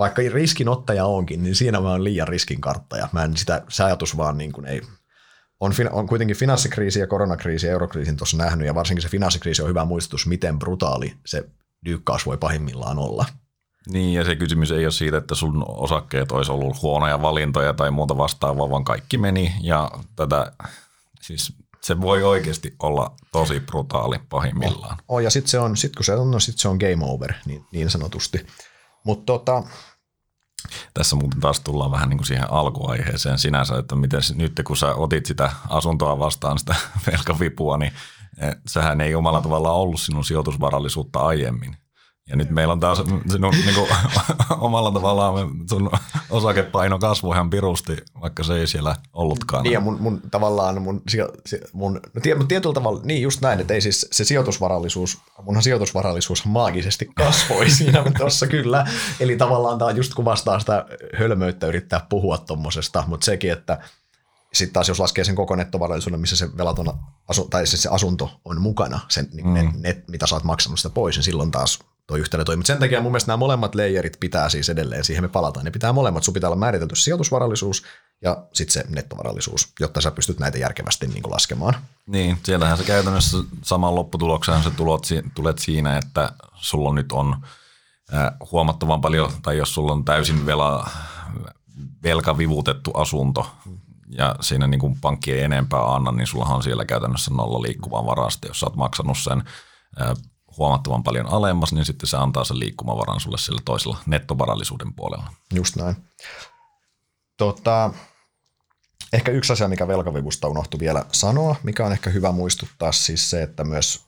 vaikka riskinottaja onkin, niin siinä mä oon liian riskinkarttaja. Mä en sitä, se ajatus vaan niin kuin ei, on, on kuitenkin finanssikriisi ja koronakriisi ja eurokriisin tuossa nähnyt, ja varsinkin se finanssikriisi on hyvä muistutus, miten brutaali se dyykkaus voi pahimmillaan olla. Niin, ja se kysymys ei ole siitä, että sun osakkeet olisi ollut huonoja valintoja tai muuta vastaavaa, vaan kaikki meni, ja tätä, siis se voi oikeasti olla tosi brutaali pahimmillaan. Oh, oh, ja sitten se on, sit kun se on, no sit se on game over, niin, niin sanotusti. Mutta tota, tässä muuten taas tullaan vähän niin kuin siihen alkuaiheeseen sinänsä, että miten nyt kun sä otit sitä asuntoa vastaan, sitä velkavipua, niin sehän ei omalla tavallaan ollut sinun sijoitusvarallisuutta aiemmin. Ja nyt meillä on taas sinun niin kuin, omalla tavallaan sun osakepaino kasvoi ihan pirusti, vaikka se ei siellä ollutkaan. Niin ja mun, mun tavallaan mun, mun no tietyllä tavalla, niin just näin, että ei siis se sijoitusvarallisuus, munhan sijoitusvarallisuus maagisesti kasvoi siinä tuossa kyllä. Eli tavallaan tämä just kuvastaa sitä hölmöyttä yrittää puhua tommosesta, mutta sekin, että sitten taas jos laskee sen koko nettovarallisuuden, missä se velaton asu, tai siis se asunto on mukana, sen, mm. ne, ne, mitä sä oot maksanut sitä pois, niin silloin taas toi yhtälö toimii. Sen takia mun mielestä nämä molemmat layerit pitää siis edelleen, siihen me palataan. Ne pitää molemmat, sun pitää olla määritelty sijoitusvarallisuus ja sitten se nettovarallisuus, jotta sä pystyt näitä järkevästi niin kuin laskemaan. Niin, siellähän se käytännössä saman lopputulokseen se tulot, tulet siinä, että sulla nyt on äh, huomattavan paljon, tai jos sulla on täysin vela, velkavivutettu asunto, ja siinä niin kuin pankki ei enempää anna, niin sullahan on siellä käytännössä nolla liikkuvaa varasta. Jos sä oot maksanut sen äh, huomattavan paljon alemmas, niin sitten se antaa sen liikkumavaran sulle sillä toisella nettovarallisuuden puolella. Just näin. Tota, ehkä yksi asia, mikä velkavivusta unohtui vielä sanoa, mikä on ehkä hyvä muistuttaa, siis se, että myös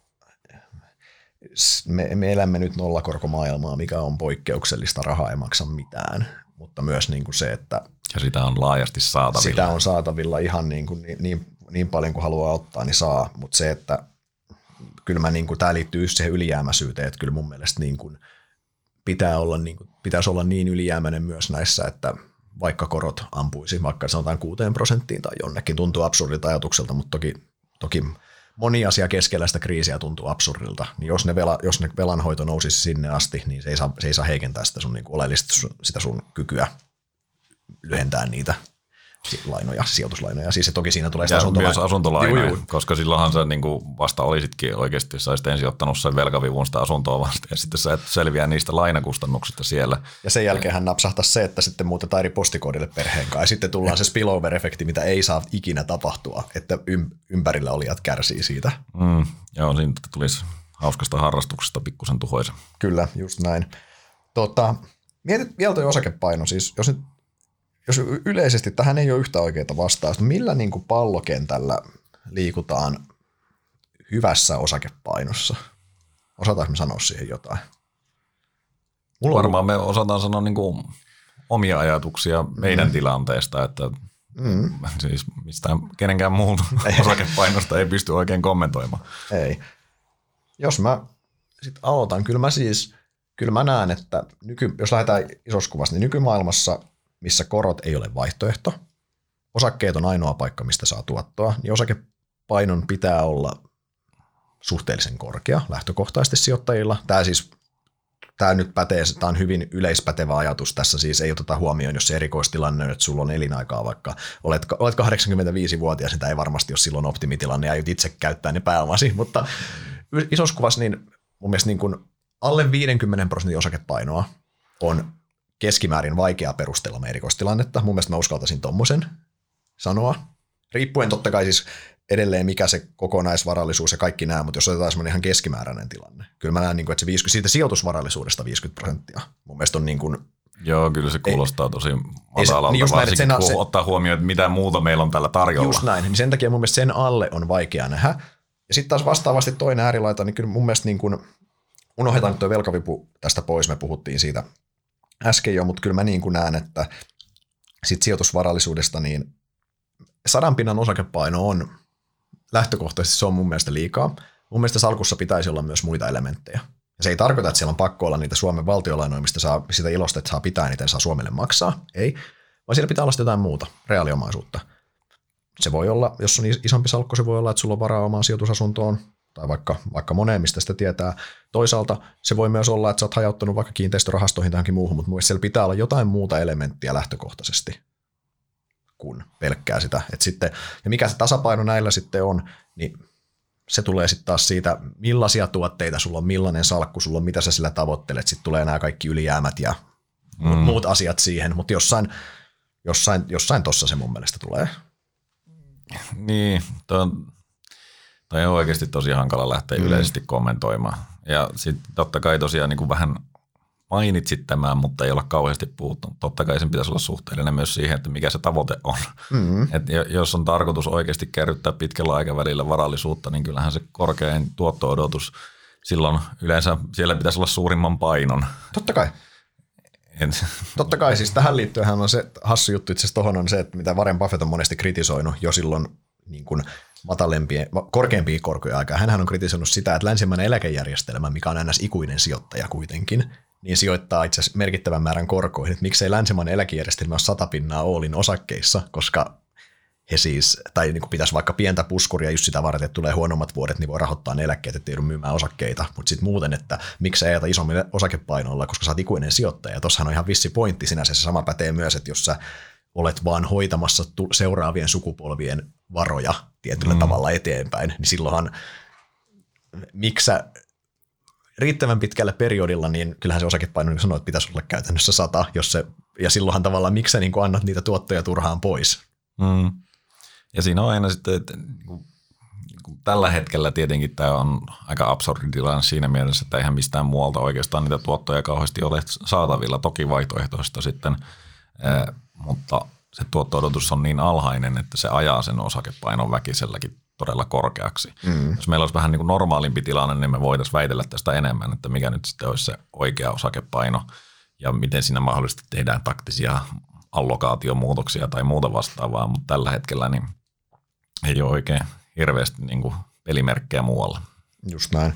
me, me elämme nyt nollakorkomaailmaa, mikä on poikkeuksellista, rahaa ei maksa mitään, mutta myös niin kuin se, että ja sitä on laajasti saatavilla. Sitä on saatavilla ihan niin, kuin niin, niin, niin paljon kuin haluaa ottaa, niin saa, mutta se, että kyllä mä niin kuin, tämä liittyy siihen ylijäämäisyyteen, että kyllä mun mielestä niin kuin pitää olla, niin kuin, pitäisi olla niin ylijäämäinen myös näissä, että vaikka korot ampuisi, vaikka sanotaan kuuteen prosenttiin tai jonnekin, tuntuu absurdilta ajatukselta, mutta toki, toki moni asia keskellä sitä kriisiä tuntuu absurdilta, niin jos ne, vela, jos ne velanhoito nousisi sinne asti, niin se ei saa, se ei saa heikentää sitä sun niin kuin oleellisesti sitä sun kykyä lyhentää niitä lainoja, sijoituslainoja. Siis se toki siinä tulee sitä asuntolainoja. Myös asuntolainoja, juu, juu. Koska silloinhan sä niin kuin vasta olisitkin oikeasti, jos olisit ensin ottanut sen velkavivun sitä asuntoa vasta, ja sitten sä et selviä niistä lainakustannuksista siellä. Ja sen jälkeen hän napsahtaa se, että sitten muutetaan eri postikoodille perheen kanssa, ja sitten tullaan se spillover-efekti, mitä ei saa ikinä tapahtua, että ympärillä olijat kärsii siitä. Mm, joo, siinä tulisi hauskasta harrastuksesta pikkusen tuhoisa. Kyllä, just näin. Tota, mietit vielä toi osakepaino, siis jos nyt Jos yleisesti tähän ei ole yhtä oikeaa vastausta, millä niin kuin pallokentällä liikutaan hyvässä osakepainossa? Osataanko me sanoa siihen jotain? Mulla Varmaan on... me osataan sanoa niin kuin omia ajatuksia meidän mm. tilanteesta, että mm. siis mistään kenenkään muun osakepainosta ei pysty oikein kommentoimaan. Ei. Jos mä sit aloitan, kyllä mä siis, kyllä mä näen, että nyky, jos lähdetään isossa kuvassa, niin nykymaailmassa missä korot ei ole vaihtoehto, osakkeet on ainoa paikka, mistä saa tuottoa, niin osakepainon pitää olla suhteellisen korkea lähtökohtaisesti sijoittajilla. Tämä siis, tämä nyt pätee, tämä on hyvin yleispätevä ajatus tässä, siis ei oteta huomioon, jos se erikoistilanne on, että sulla on elinaikaa, vaikka olet, olet kahdeksankymmentäviisivuotias, niin tämä ei varmasti ole silloin optimitilanne ja aiot itse käyttää ne pääomasi, mutta isossa kuvassa niin mun mielestä niin kuin alle viidenkymmenen prosentin osakepainoa on keskimäärin vaikea perustella meidän erikoistilannetta. Mun mielestä mä uskaltaisin tommosen sanoa. Riippuen totta kai siis edelleen mikä se kokonaisvarallisuus ja kaikki nämä, mutta jos otetaan semmoinen ihan keskimääräinen tilanne. Kyllä mä näen, että se viisikymmentä, siitä sijoitusvarallisuudesta viisikymmentä prosenttia. Mun mielestä on niin kuin... Joo, kyllä se kuulostaa ei, tosi matalalta, niin varsinkin sen, kun se, ottaa huomioon, että mitä muuta meillä on täällä tarjolla. Just näin, niin sen takia mun mielestä sen alle on vaikea nähdä. Ja sitten taas vastaavasti toinen äärilaita, niin kyllä mun mielestä niin kuin, unohdetaan nyt tuo velkavipu tästä pois, me puhuttiin siitä äsken jo, mutta kyllä mä niin kuin näen, että sit sijoitusvarallisuudesta niin sadan pinnan osakepaino on lähtökohtaisesti se on mun mielestä liikaa. Mun mielestä salkussa pitäisi olla myös muita elementtejä. Ja se ei tarkoita, että siellä on pakko olla niitä Suomen valtiolainoja, mistä saa sitä ilosta, että saa pitää, niitä saa Suomelle maksaa. Ei, vaan siellä pitää olla jotain muuta, reaaliomaisuutta. Se voi olla, jos on isompi salkku, se voi olla, että sulla on varaa omaan sijoitusasuntoon tai vaikka, vaikka moneen, mistä sitä tietää. Toisaalta se voi myös olla, että sä oot hajauttanut vaikka kiinteistörahastoihin tai johonkin muuhun, mutta mun mielestä siellä pitää olla jotain muuta elementtiä lähtökohtaisesti kuin pelkkää sitä. Et sitten, ja mikä se tasapaino näillä sitten on, niin se tulee sitten taas siitä, millaisia tuotteita sulla on, millainen salkku sulla on, mitä sä sillä tavoittelet. Sitten tulee nämä kaikki ylijäämät ja mm. muut asiat siihen, mutta jossain, jossain, jossain tossa se mun mielestä tulee. Niin, toi on, toi on oikeasti tosi hankala lähteä mm. yleisesti kommentoimaan. Ja sitten totta kai tosiaan niin kuin vähän mainitsit tämän, mutta ei olla kauheasti puhuttu. Totta kai sen pitäisi olla suhteellinen myös siihen, että mikä se tavoite on. Mm-hmm. Et jos on tarkoitus oikeasti kerryttää pitkällä aikavälillä varallisuutta, niin kyllähän se korkein tuotto-odotus silloin yleensä siellä pitäisi olla suurimman painon. Totta kai. Et. Totta kai, siis tähän liittyenhän on se hassu juttu itse asiassa tohon on se, että mitä Warren Buffett on monesti kritisoinut jo silloin niin kuin matalempien, korkeampia korkoja aikaa. Hänhän on kritisoinut sitä, että länsimainen eläkejärjestelmä, mikä on ns. Ikuinen sijoittaja kuitenkin, niin sijoittaa itse asiassa merkittävän määrän korkoihin. Että miksei länsimainen eläkejärjestelmä ole sata pinnaa Oolin osakkeissa, koska he siis, tai niin kuin pitäisi vaikka pientä puskuria just sitä varten, että tulee huonommat vuodet, niin voi rahoittaa ne eläkkeet, että ei joudu myymään osakkeita. Mutta sitten muuten, että miksei ajata isommille osakepainoilla, koska sä oot ikuinen sijoittaja. Tossahan on ihan vissi pointti sinänsä. Se sama pätee myös, että jos sä olet vaan hoitamassa seuraavien sukupolvien varoja tietyllä mm. tavalla eteenpäin, niin silloinhan miksi sä riittävän pitkällä periodilla, niin kyllähän se osakepaino niin sanoo, että pitäisi olla käytännössä sata, jos se, ja silloinhan tavallaan miksi sä niin kuin annat niitä tuottoja turhaan pois. Mm. Ja siinä on aina sitten, että tällä hetkellä tietenkin tämä on aika absurdi tilanne siinä mielessä, että eihän mistään muualta oikeastaan niitä tuottoja kauheasti ole saatavilla, toki vaihtoehtoista sitten, mutta se tuotto-odotus on niin alhainen, että se ajaa sen osakepainon väkiselläkin todella korkeaksi. Mm. Jos meillä olisi vähän niin kuin normaalimpi tilanne, niin me voitaisiin väitellä tästä enemmän, että mikä nyt sitten olisi se oikea osakepaino ja miten siinä mahdollisesti tehdään taktisia allokaatiomuutoksia tai muuta vastaavaa, mutta tällä hetkellä niin ei ole oikein hirveästi niin kuin pelimerkkejä muualla. Just näin.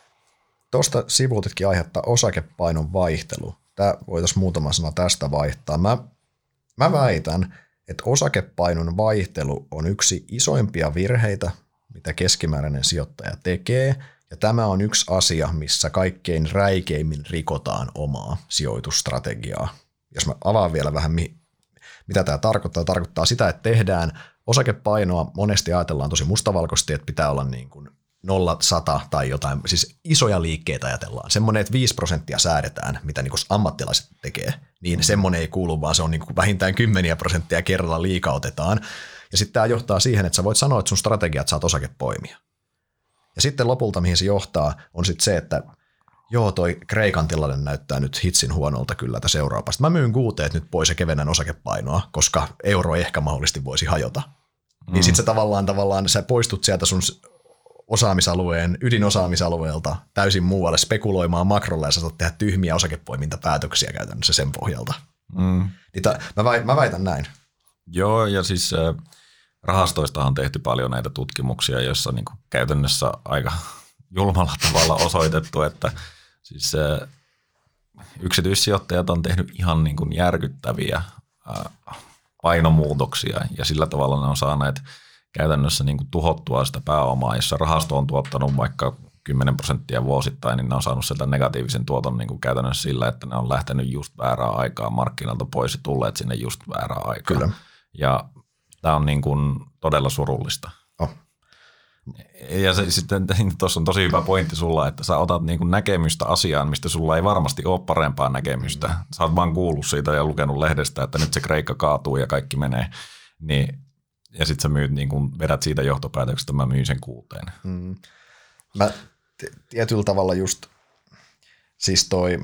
Tuosta sivuutitkin aihetta osakepainon vaihtelu. Tämä voitaisiin muutama sana tästä vaihtaa. Mä, mä väitän, että osakepainon vaihtelu on yksi isoimpia virheitä, mitä keskimääräinen sijoittaja tekee, ja tämä on yksi asia, missä kaikkein räikeimmin rikotaan omaa sijoitusstrategiaa. Jos mä avaan vielä vähän, mitä tämä tarkoittaa, tarkoittaa sitä, että tehdään osakepainoa, monesti ajatellaan tosi mustavalkoisesti, että pitää olla niin kuin nolla, sata tai jotain, siis isoja liikkeitä ajatellaan. Semmoinen, että viisi prosenttia säädetään, mitä niin kuin ammattilaiset tekee, niin semmoinen ei kuulu, vaan se on niin kuin vähintään kymmeniä prosenttia kerralla liikaa otetaan. Ja sitten tämä johtaa siihen, että sä voit sanoa, että sun strategiat saat osakepoimia. Ja sitten lopulta, mihin se johtaa, on sitten se, että joo, toi Kreikan tilanne näyttää nyt hitsin huonolta kyllä tätä Euroopasta. Mä myyn kuuteet nyt pois ja kevennän osakepainoa, koska euro ehkä mahdollisesti voisi hajota. Mm. Niin sitten sä tavallaan, tavallaan sä poistut sieltä sun osaamisalueen, ydinosaamisalueelta täysin muualle spekuloimaan makrolla ja sä saat tehdä tyhmiä osakepoimintapäätöksiä käytännössä sen pohjalta. Mm. Niitä, mä, väitän, mä väitän näin. Joo, ja siis äh, rahastoista on tehty paljon näitä tutkimuksia, joissa niin kuin käytännössä aika julmalla tavalla osoitettu, että siis äh, yksityissijoittajat on tehnyt ihan niin kuin järkyttäviä äh, painomuutoksia ja sillä tavalla ne on saaneet käytännössä niin kuin tuhottua sitä pääomaa, jossa rahasto on tuottanut vaikka kymmenen prosenttia vuosittain, niin ne on saanut sieltä negatiivisen tuoton niin kuin käytännössä sillä, että ne on lähtenyt just väärää aikaa markkinalta pois ja tulleet sinne just väärää aikaa. Kyllä. Ja tämä on niin kuin todella surullista. Oh. Ja se, sitten tuossa on tosi hyvä pointti sulla, että sä otat niin kuin näkemystä asiaan, mistä sulla ei varmasti ole parempaa näkemystä. Mm. Sä oot vaan kuullut siitä ja lukenut lehdestä, että nyt se Kreikka kaatuu ja kaikki menee. Niin, ja sitten sä myyt, niin kuin vedät siitä johtopäätöksestä, mä myyn sen kuuteen. Mm. Mä t- tietyllä tavalla just, siis toi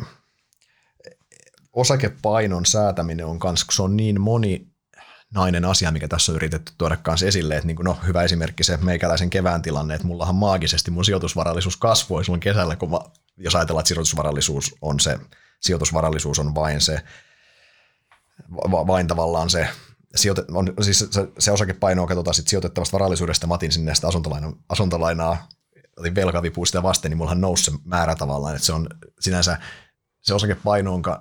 osakepainon säätäminen on kans, kun se on niin moninainen asia, mikä tässä on yritetty tuoda kanssa esille, että niin kuin, no hyvä esimerkki se meikäläisen kevään tilanne, että mullahan maagisesti mun sijoitusvarallisuus kasvoi silloin kesällä, kun mä, jos ajatellaan, että sijoitusvarallisuus on se, sijoitusvarallisuus on vain se, va, vain tavallaan se, Sijoite, on, siis se, se osakepainoa katsotaan sit sijoitettavasta varallisuudesta, mä otin sinne sitä asuntolainaa, asuntolainaa otin velkavipuista vasten, niin mullahan nousi se määrä tavallaan, että se on sinänsä, se osakepaino on,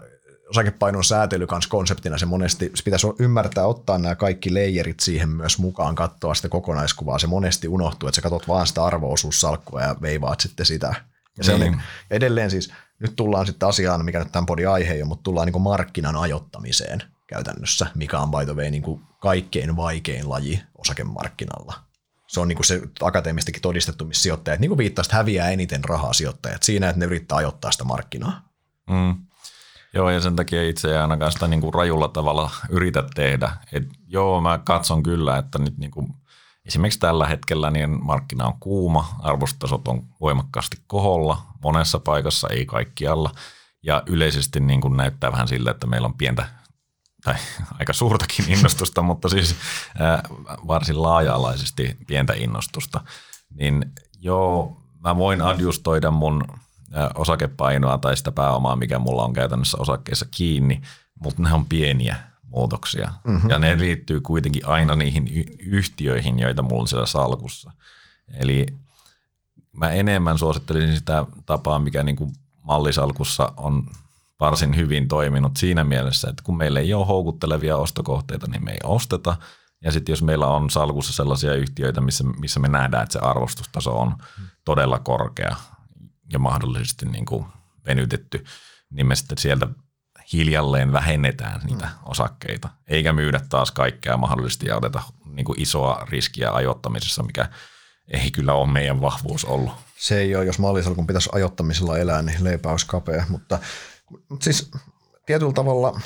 osakepainon säätely kanssa konseptina, se monesti se pitäisi ymmärtää ottaa nämä kaikki layerit siihen myös mukaan, katsoa sitä kokonaiskuvaa. Se monesti unohtuu, että sä katsot vaan sitä arvo-osuussalkkua ja veivaat sitten sitä. Ja se niin. on edelleen siis, nyt tullaan sitten asiaan, mikä nyt tämän podin aihe on, mutta tullaan niin kuin markkinan ajoittamiseen käytännössä, mikä on by the way niin kuin kaikkein vaikein laji osakemarkkinalla. Se on niin kuin se akateemistakin todistettu, missä sijoittajat, niin kuin viittasit, häviää eniten rahaa sijoittajat siinä, että ne yrittää ajoittaa sitä markkinaa. Mm. Joo, ja sen takia itse ei ainakaan sitä niin kuin rajulla tavalla yritä tehdä. Et joo, mä katson kyllä, että nyt niin kuin esimerkiksi tällä hetkellä niin markkina on kuuma, arvostasot on voimakkaasti koholla, monessa paikassa, ei kaikkialla. Ja yleisesti niin kuin näyttää vähän sille, että meillä on pientä, tai aika suurtakin innostusta, mutta siis ää, varsin laaja-alaisesti pientä innostusta. Niin joo, mä voin adjustoida mun ää, osakepainoa tai sitä pääomaa, mikä mulla on käytännössä osakkeissa kiinni, mutta ne on pieniä muutoksia. Mm-hmm. Ja ne liittyy kuitenkin aina niihin y- yhtiöihin, joita mulla on siellä salkussa. Eli mä enemmän suosittelisin sitä tapaa, mikä niin kuin mallisalkussa on varsin hyvin toiminut siinä mielessä, että kun meillä ei ole houkuttelevia ostokohteita, niin me ei osteta. Ja sitten jos meillä on salkussa sellaisia yhtiöitä, missä, missä me nähdään, että se arvostustaso on todella korkea ja mahdollisesti niin kuin venytetty, niin me sitten sieltä hiljalleen vähennetään niitä mm. osakkeita, eikä myydä taas kaikkea mahdollisesti ja oteta niin kuin isoa riskiä ajoittamisessa, mikä ei kyllä ole meidän vahvuus ollut. Se ei ole, jos mallisalkun pitäisi ajoittamisella elää, niin leipä olisi kapea, mutta, mutta siis tietyllä tavalla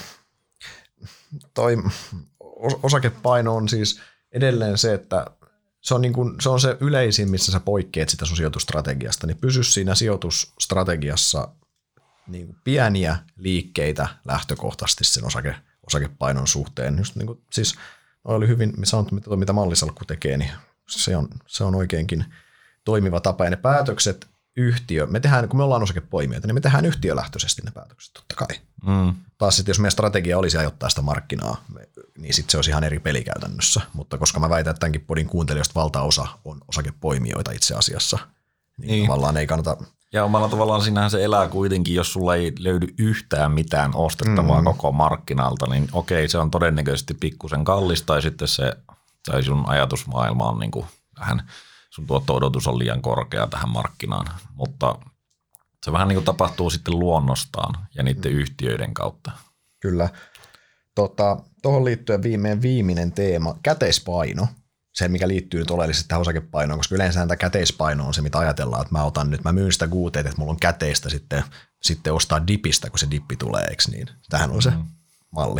toi osakepaino on siis edelleen se, että se on, niin kuin, se on se yleisin, missä sä poikkeat sitä sun sijoitusstrategiasta, niin pysy siinä sijoitusstrategiassa niin kuin pieniä liikkeitä lähtökohtaisesti sen osake, osakepainon suhteen. Just niin kuin, siis oli hyvin sanottu, mitä, mitä mallisalkku tekee, niin se on, se on oikeinkin toimiva tapa. Ja ne päätökset yhtiö, me tehdään, kun me ollaan osakepoimijoita, niin me tehdään yhtiölähtöisesti ne päätökset, totta kai. Mm. Taas sitten, jos meidän strategia olisi ajoittaa sitä markkinaa, niin sitten se olisi ihan eri peli käytännössä. Mutta koska mä väitän, että tämänkin podin kuuntelijoista valtaosa on osakepoimijoita itse asiassa, niin, niin. tavallaan ei kannata. Ja omalla tavallaan sinähän se elää kuitenkin, jos sulla ei löydy yhtään mitään ostettavaa mm. koko markkinalta, niin okei, se on todennäköisesti pikkusen kallista, tai sitten se, tai sun ajatusmaailma on niin kuin vähän, sun tuotto-odotus on liian korkea tähän markkinaan, mutta se vähän niin kuin tapahtuu sitten luonnostaan ja niiden mm. yhtiöiden kautta. Kyllä. Tota, tuohon liittyen viimein viimeinen teema, käteispaino. Se, mikä liittyy nyt oleellisesti tähän osakepainoon, koska yleensä tämä käteispaino on se, mitä ajatellaan, että mä otan nyt, mä myyn sitä guuteet, että mulla on käteistä sitten, sitten ostaa dipistä, kun se dippi tulee, eikö niin? Tähän on se mm. malli.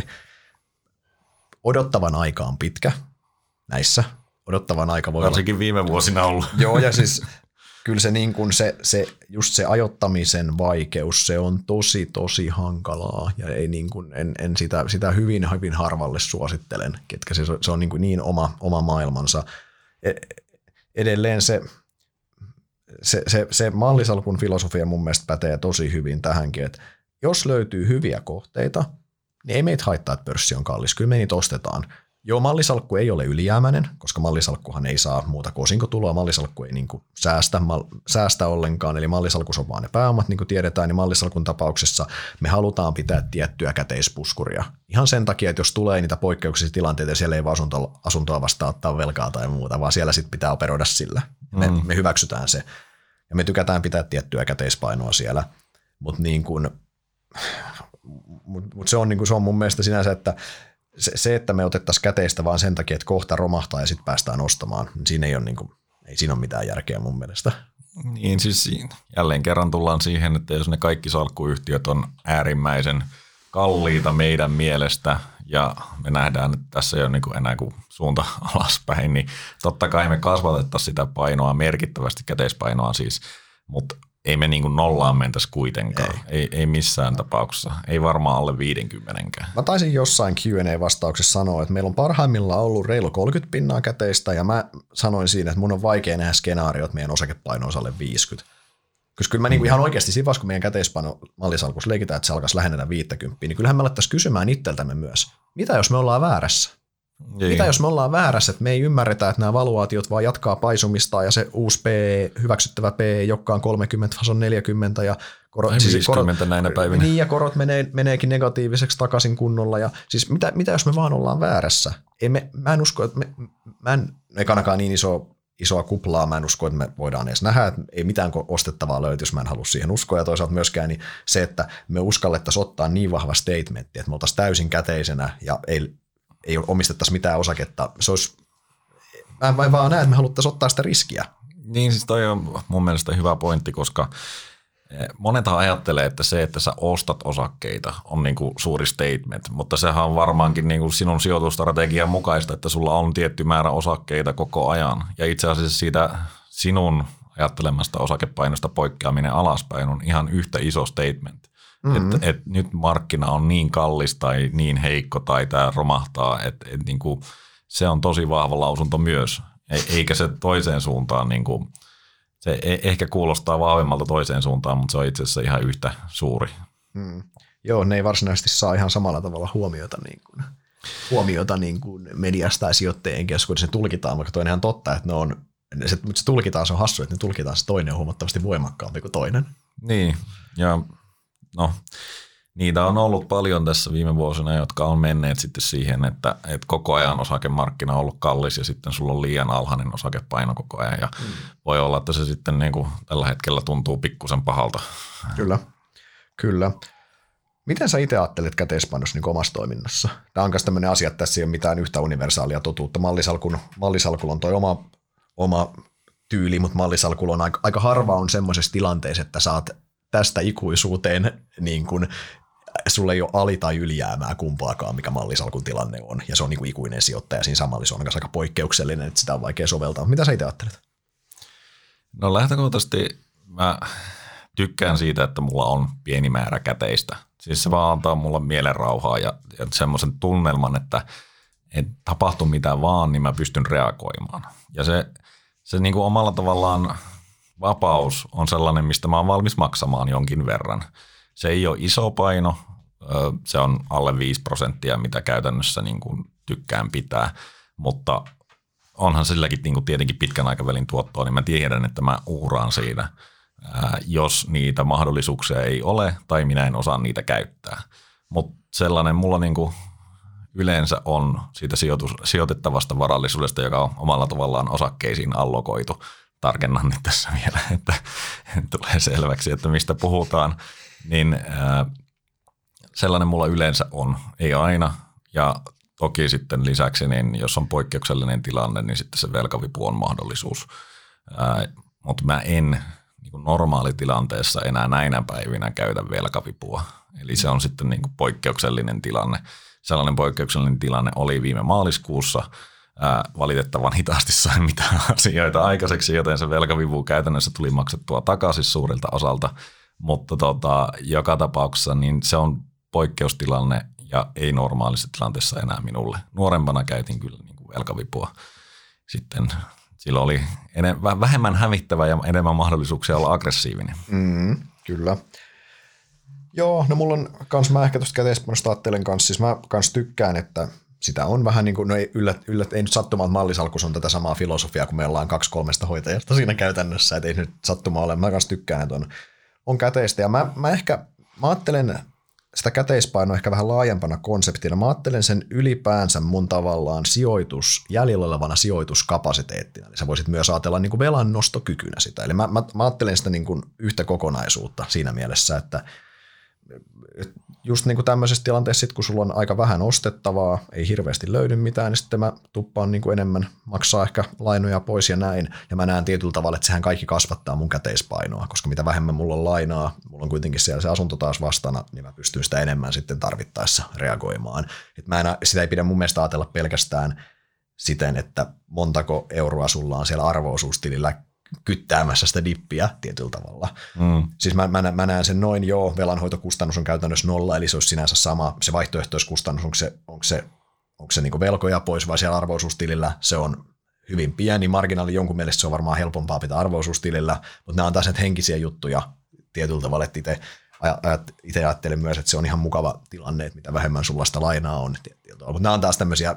Odottavan aika on pitkä näissä. Odottavan aika voi varsinkin olla. Viime vuosina ollut. Joo, ja siis kyllä se, niin kuin se, se, just se ajoittamisen vaikeus, se on tosi, tosi hankalaa, ja ei niin kuin, en, en sitä, sitä hyvin, hyvin harvalle suosittelen, ketkä se, se on niin, kuin niin oma, oma maailmansa. Edelleen se, se, se, se mallisalkun filosofia mun mielestä pätee tosi hyvin tähänkin, että jos löytyy hyviä kohteita, niin ei meitä haittaa, että pörssi on kallis, kyllä me niitä ostetaan. Joo, mallisalkku ei ole ylijäämäinen, koska mallisalkkuhan ei saa muuta kuin osinkotuloa. Mallisalkku ei niin kuin säästä, mal, säästä ollenkaan, eli mallisalkus on vaan ne pääomat, niin kuin tiedetään, niin mallisalkun tapauksessa me halutaan pitää tiettyä käteispuskuria. Ihan sen takia, että jos tulee niitä poikkeuksellisia tilanteita, ja siellä ei vaan asuntoa, asuntoa vastaan ottaa velkaa tai muuta, vaan siellä sitten pitää operoida sillä. Me, mm. me hyväksytään se. Ja me tykätään pitää tiettyä käteispainoa siellä. Mutta niin kuin, mut, mut se, on, niin kuin, se on mun mielestä sinänsä, että Se, se, että me otettaisiin käteistä vaan sen takia, että kohta romahtaa ja sitten päästään ostamaan, niin siinä ei ole, niin kuin, ei siinä ole mitään järkeä mun mielestä. Niin siis jälleen kerran tullaan siihen, että jos ne kaikki salkkuyhtiöt on äärimmäisen kalliita meidän mielestä ja me nähdään, että tässä ei ole niin kuin enää kuin suunta alaspäin, niin totta kai me kasvatettaisiin sitä painoa merkittävästi, käteispainoa siis, mutta ei me niin kuin nollaan mentäisi kuitenkaan, ei. Ei, ei missään tapauksessa, ei varmaan alle viisikymmentäkään. Mä taisin jossain Q and A-vastauksessa sanoa, että meillä on parhaimmillaan ollut reilu kolmekymmentä pinnaa käteistä, ja mä sanoin siinä, että mun on vaikea nähdä skenaario, että meidän osakepaino on alle viisikymmentä. Koska kyllä mä niin kuin ihan oikeasti siinä vaiheessa, kun meidän käteispaino mallisalkussa leikitään, että se alkaisi lähennellä viisikymmentä, niin kyllähän me alettaisiin kysymään itseltämme myös, mitä jos me ollaan väärässä? Niin. Mitä jos me ollaan väärässä, että me ei ymmärretä, että nämä valuaatiot vaan jatkaa paisumistaan ja se uusi P, hyväksyttävä P, joka on kolmekymmentä, on neljäkymmentä ja korot, siis viisikymmentä korot, näinä päivinä. Niin ja korot menee, meneekin negatiiviseksi takaisin kunnolla. Ja siis mitä, mitä jos me vaan ollaan väärässä? Ei me, mä en usko, että me, mä en, ekanakaan niin iso, isoa kuplaa, mä en usko, että me voidaan edes nähdä, että ei mitään ostettavaa löyty, jos mä en halua siihen uskoa. Ja toisaalta myöskään niin se, että me uskallettaisiin ottaa niin vahva statementti, että me oltaisiin täysin käteisenä ja ei ei omistettaisi mitään osaketta. Se olisi, mä en vaan näe, että me haluttaisiin ottaa sitä riskiä. Niin, siis toi on mun mielestä hyvä pointti, koska monethan ajattelee, että se, että sä ostat osakkeita on niinku suuri statement, mutta sehän on varmaankin niinku sinun sijoitustrategian mukaista, että sulla on tietty määrä osakkeita koko ajan. Ja itse asiassa siitä sinun ajattelemasta osakepainosta poikkeaminen alaspäin on ihan yhtä iso statement. Mm-hmm. Että et nyt markkina on niin kallis tai niin heikko tai tämä romahtaa, että et niinku, se on tosi vahva lausunto myös, eikä se toiseen suuntaan, niinku, se ehkä kuulostaa vahvemmalta toiseen suuntaan, mutta se on itse asiassa ihan yhtä suuri. Mm. Joo, ne ei varsinaisesti saa ihan samalla tavalla huomiota, niin kuin, huomiota niin kuin mediasta tai sijoittajien keskuudessa, se tulkitaan, vaikka toinen on totta, että ne on, se, mutta se tulkitaan, se on hassu, että ne tulkitaan, se toinen on huomattavasti voimakkaampi kuin toinen. Niin, ja no, niitä on ollut paljon tässä viime vuosina, jotka on menneet sitten siihen, että, että koko ajan osakemarkkina on ollut kallis ja sitten sulla on liian alhainen osakepaino koko ajan ja mm. voi olla, että se sitten niin kuin tällä hetkellä tuntuu pikkusen pahalta. Kyllä, kyllä. Miten sä itse ajattelet käteispainossa niin omassa toiminnassa? Tämä on myös tämmöinen asia, että tässä ei ole mitään yhtä universaalia totuutta. Mallisalkun, mallisalkulla on toi oma, oma tyyli, mutta mallisalkulla on aika, aika harva on semmoisessa tilanteessa, että saat tästä ikuisuuteen, niin kun sulla ei ole ali- tai ylijäämää kumpaakaan, mikä mallisalkun tilanne on, ja se on niin kuin ikuinen sijoittaja siinä samalla, se on aika poikkeuksellinen, että sitä on vaikea soveltaa. Mitä sä itse ajattelet? No lähtökohtaisesti mä tykkään siitä, että mulla on pieni määrä käteistä. Siis se vaan antaa mulle mielenrauhaa ja, ja semmoisen tunnelman, että ei tapahtu mitään vaan, niin mä pystyn reagoimaan. Ja se, se niin kuin omalla tavallaan vapaus on sellainen, mistä mä oon valmis maksamaan jonkin verran. Se ei ole iso paino, se on alle viisi prosenttia, mitä käytännössä niin kuin tykkään pitää, mutta onhan silläkin niin kuin tietenkin pitkän aikavälin tuottoa, niin mä tiedän, että mä uhraan siitä, jos niitä mahdollisuuksia ei ole tai minä en osaa niitä käyttää. Mutta sellainen mulla niin kuin yleensä on siitä sijoitus, sijoitettavasta varallisuudesta, joka on omalla tavallaan osakkeisiin allokoitu. Tarkennan nyt tässä vielä, että tulee selväksi, että mistä puhutaan, niin sellainen mulla yleensä on, ei aina, ja toki sitten lisäksi, niin jos on poikkeuksellinen tilanne, niin sitten se velkavipu on mahdollisuus, mutta mä en niin kuin normaalitilanteessa enää näinä päivinä käytä velkavipua, eli se on sitten niin kuin poikkeuksellinen tilanne. Sellainen poikkeuksellinen tilanne oli viime maaliskuussa. Ää, valitettavan hitaasti sain mitään asioita aikaiseksi, joten se velkavivu käytännössä tuli maksettua takaisin suurilta osalta, mutta tota, joka tapauksessa niin se on poikkeustilanne ja ei normaalissa tilanteessa enää minulle. Nuorempana käytin kyllä niin kuin velkavipua. Sitten silloin oli enemmän, vähemmän hävittävä ja enemmän mahdollisuuksia olla aggressiivinen. Mm, kyllä. Joo, no mulla on kans, mä ehkä tuosta käteispainosta ajattelen kanssa, siis mä kans tykkään, että sitä on vähän niin kuin, no ei, yllät, yllät, ei nyt sattumaa, että mallisalkus on tätä samaa filosofiaa, kun meillä on kaksi kolmesta hoitajasta siinä käytännössä, että ei nyt sattumaa ole. Mä kanssa tykkään, että on, on käteistä. Ja mä, mä ehkä, mä ajattelen sitä käteispainoa ehkä vähän laajempana konseptina. Mä ajattelen sen ylipäänsä mun tavallaan sijoitus, jäljellä olevana sijoituskapasiteettina. Eli sä voisit myös ajatella niin kuin velan nostokykynä sitä. Eli mä, mä, mä ajattelen sitä niin kuin yhtä kokonaisuutta siinä mielessä, että just niin kuin tämmöisessä tilanteessa, sit, kun sulla on aika vähän ostettavaa, ei hirveästi löydy mitään, niin sitten mä tuppaan niin kuin enemmän maksaa ehkä lainoja pois ja näin. Ja mä näen tietyllä tavalla, että sehän kaikki kasvattaa mun käteispainoa, koska mitä vähemmän mulla on lainaa, mulla on kuitenkin siellä se asunto taas vastana, niin mä pystyn sitä enemmän sitten tarvittaessa reagoimaan. Et mä en, sitä ei pidä mun mielestä ajatella pelkästään siten, että montako euroa sulla on siellä arvo-osuustilillä kyttäämässä sitä dippiä tietyllä tavalla. Mm. Siis mä, mä, mä näen sen noin, joo, velanhoitokustannus on käytännössä nolla, eli se olisi sinänsä sama, se vaihtoehtoiskustannus, onko se, onko se, onko se niin velkoja pois vai siellä arvo-osuustilillä, se on hyvin pieni marginaali, jonkun mielestä se on varmaan helpompaa pitää arvo-osuustilillä, mutta nämä on taas henkisiä juttuja tietyllä tavalla, että itse, itse ajattelen myös, että se on ihan mukava tilanne, että mitä vähemmän sulla sitä lainaa on, mutta nämä on taas tämmöisiä niin kuin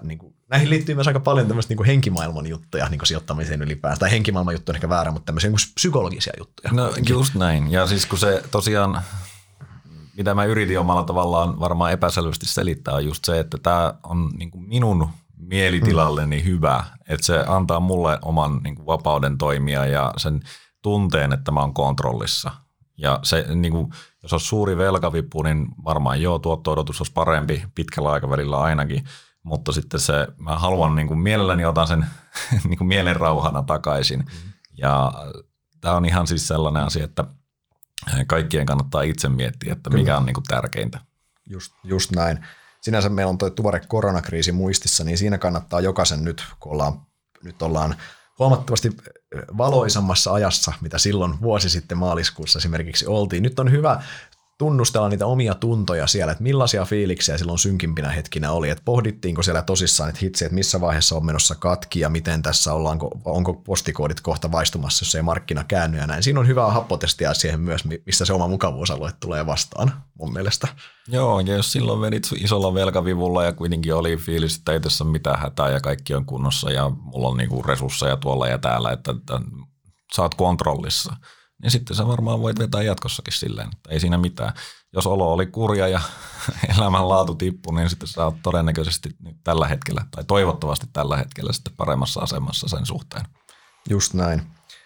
näihin liittyy myös aika paljon tämmöistä niin kuin henkimaailman juttuja niin kuin sijoittamiseen ylipäätään. Tai henkimaailman juttu on ehkä väärä, mutta tämmöisiä niin kuin psykologisia juttuja. No just näin. Ja siis kun se tosiaan, mitä mä yritin omalla tavallaan varmaan epäselvästi selittää, on just se, että tämä on niin kuin minun mielitilalleni hyvä. Että se antaa mulle oman niin kuin vapauden toimia ja sen tunteen, että mä oon kontrollissa. Ja se, niin kuin, jos olisi suuri velkavipu, niin varmaan joo, tuotto-odotus olisi parempi pitkällä aikavälillä ainakin. Mutta sitten se, mä haluan niin kuin mielelläni otan sen niin kuin mielenrauhana takaisin. Mm. Ja tämä on ihan siis sellainen asia, että kaikkien kannattaa itse miettiä, että mikä Kyllä. on niin kuin tärkeintä. Just, just näin. Sinänsä meillä on tuo tuore koronakriisi muistissa, niin siinä kannattaa jokaisen nyt, kun ollaan, nyt ollaan huomattavasti valoisammassa ajassa, mitä silloin vuosi sitten maaliskuussa esimerkiksi oltiin. Nyt on hyvä tunnustella niitä omia tuntoja siellä, että millaisia fiiliksiä silloin synkimpinä hetkinä oli, että pohdittiinko siellä tosissaan, että hitsi, että missä vaiheessa on menossa katki ja miten tässä ollaan, onko postikoodit kohta vaistumassa, jos ei markkina käänny ja näin. Siinä on hyvää happotestia siihen myös, mistä se oma mukavuusalue tulee vastaan mun mielestä. Joo, ja jos silloin vedit isolla velkavivulla ja kuitenkin oli fiilis, että ei tässä ole mitään hätää ja kaikki on kunnossa ja mulla on niinku resursseja tuolla ja täällä, että, että sä oot kontrollissa, niin sitten sä varmaan voit vetää jatkossakin silleen, että ei siinä mitään. Jos olo oli kurja ja elämänlaatu tippui, niin sitten sä oot todennäköisesti nyt tällä hetkellä, tai toivottavasti tällä hetkellä sitten paremmassa asemassa sen suhteen. Just näin.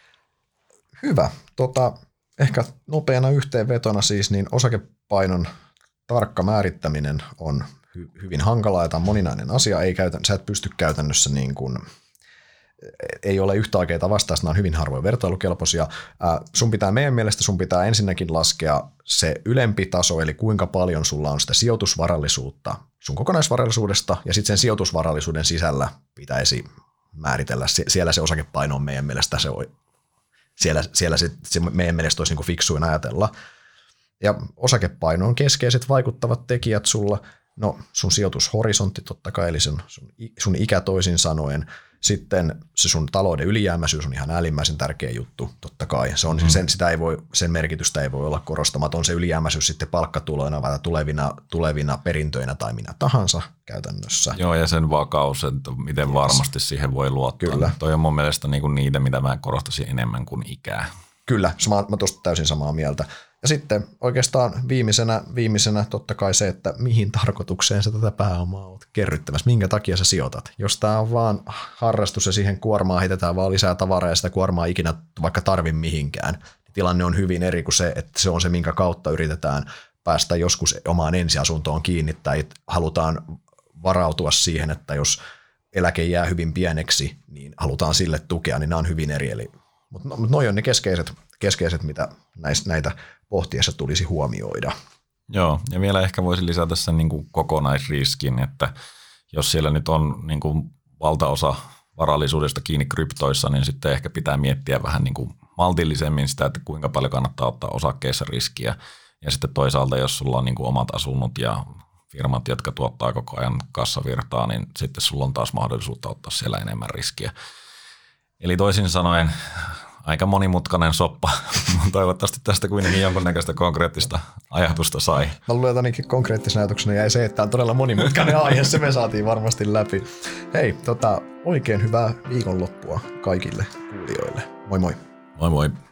Hyvä. Tota, ehkä nopeana yhteenvetona siis, niin osakepainon tarkka määrittäminen on hy- hyvin hankalaa ja tämä on moninainen asia. Ei käytän, sä et pysty käytännössä niin kuin ei ole yhtä oikeaa vastausta, nämä on hyvin harvoin vertailukelpoisia. Ää, sun pitää meidän mielestä, sun pitää ensinnäkin laskea se ylempi taso, eli kuinka paljon sulla on sitä sijoitusvarallisuutta sun kokonaisvarallisuudesta, ja sitten sen sijoitusvarallisuuden sisällä pitäisi määritellä, siellä se osakepaino on meidän mielestä, se on, siellä, siellä se, se meidän mielestä olisi niin kuin fiksuin ajatella. Ja osakepainoon keskeiset vaikuttavat tekijät sulla, no sun sijoitushorisontti totta kai, eli sun, sun, sun ikä toisin sanoen. Sitten se sun talouden ylijäämäisyys on ihan äärimmäisen tärkeä juttu, totta kai. Se on, mm. sen, sitä ei voi, sen merkitystä ei voi olla korostamaton. Se ylijäämäisyys sitten palkkatuloina vai tulevina, tulevina perintöinä tai minä tahansa käytännössä. Joo, ja sen vakaus, että miten yes. varmasti siihen voi luottaa. Kyllä. Toi on mun mielestä niinku niitä, mitä mä korostaisin enemmän kuin ikää. Kyllä, mä, mä tuosta täysin samaa mieltä. Ja sitten oikeastaan viimeisenä, viimeisenä totta kai se, että mihin tarkoitukseen sä tätä pääomaa oot kerryttämässä, minkä takia sä sijoitat. Jos tää on vaan harrastus ja siihen kuormaa heitetään vaan lisää tavaraa ja sitä kuormaa ikinä vaikka tarvi mihinkään, niin tilanne on hyvin eri kuin se, että se on se, minkä kautta yritetään päästä joskus omaan ensiasuntoon kiinni tai halutaan varautua siihen, että jos eläke jää hyvin pieneksi, niin halutaan sille tukea, niin nämä on hyvin eri. Eli, mutta no, noi on ne keskeiset, keskeiset mitä näistä, näitä pohtiessa tulisi huomioida. Joo, ja vielä ehkä voisi lisätä sen niin kuin kokonaisriskin, että jos siellä nyt on niin kuin valtaosa varallisuudesta kiinni kryptoissa, niin sitten ehkä pitää miettiä vähän niin kuin maltillisemmin sitä, että kuinka paljon kannattaa ottaa osakkeissa riskiä. Ja sitten toisaalta, jos sulla on niin kuin omat asunnot ja firmat, jotka tuottaa koko ajan kassavirtaa, niin sitten sulla on taas mahdollisuutta ottaa siellä enemmän riskiä. Eli toisin sanoen aika monimutkainen soppa. Toivottavasti tästä kuitenkin jonkunnäköistä konkreettista ajatusta sai. Mä luulen, että ainakin konkreettisena ajatuksena jäi se, että tämä on todella monimutkainen aihe. Se me saatiin varmasti läpi. Hei, tota, oikein hyvää viikonloppua kaikille kuulijoille. Moi moi. Moi moi.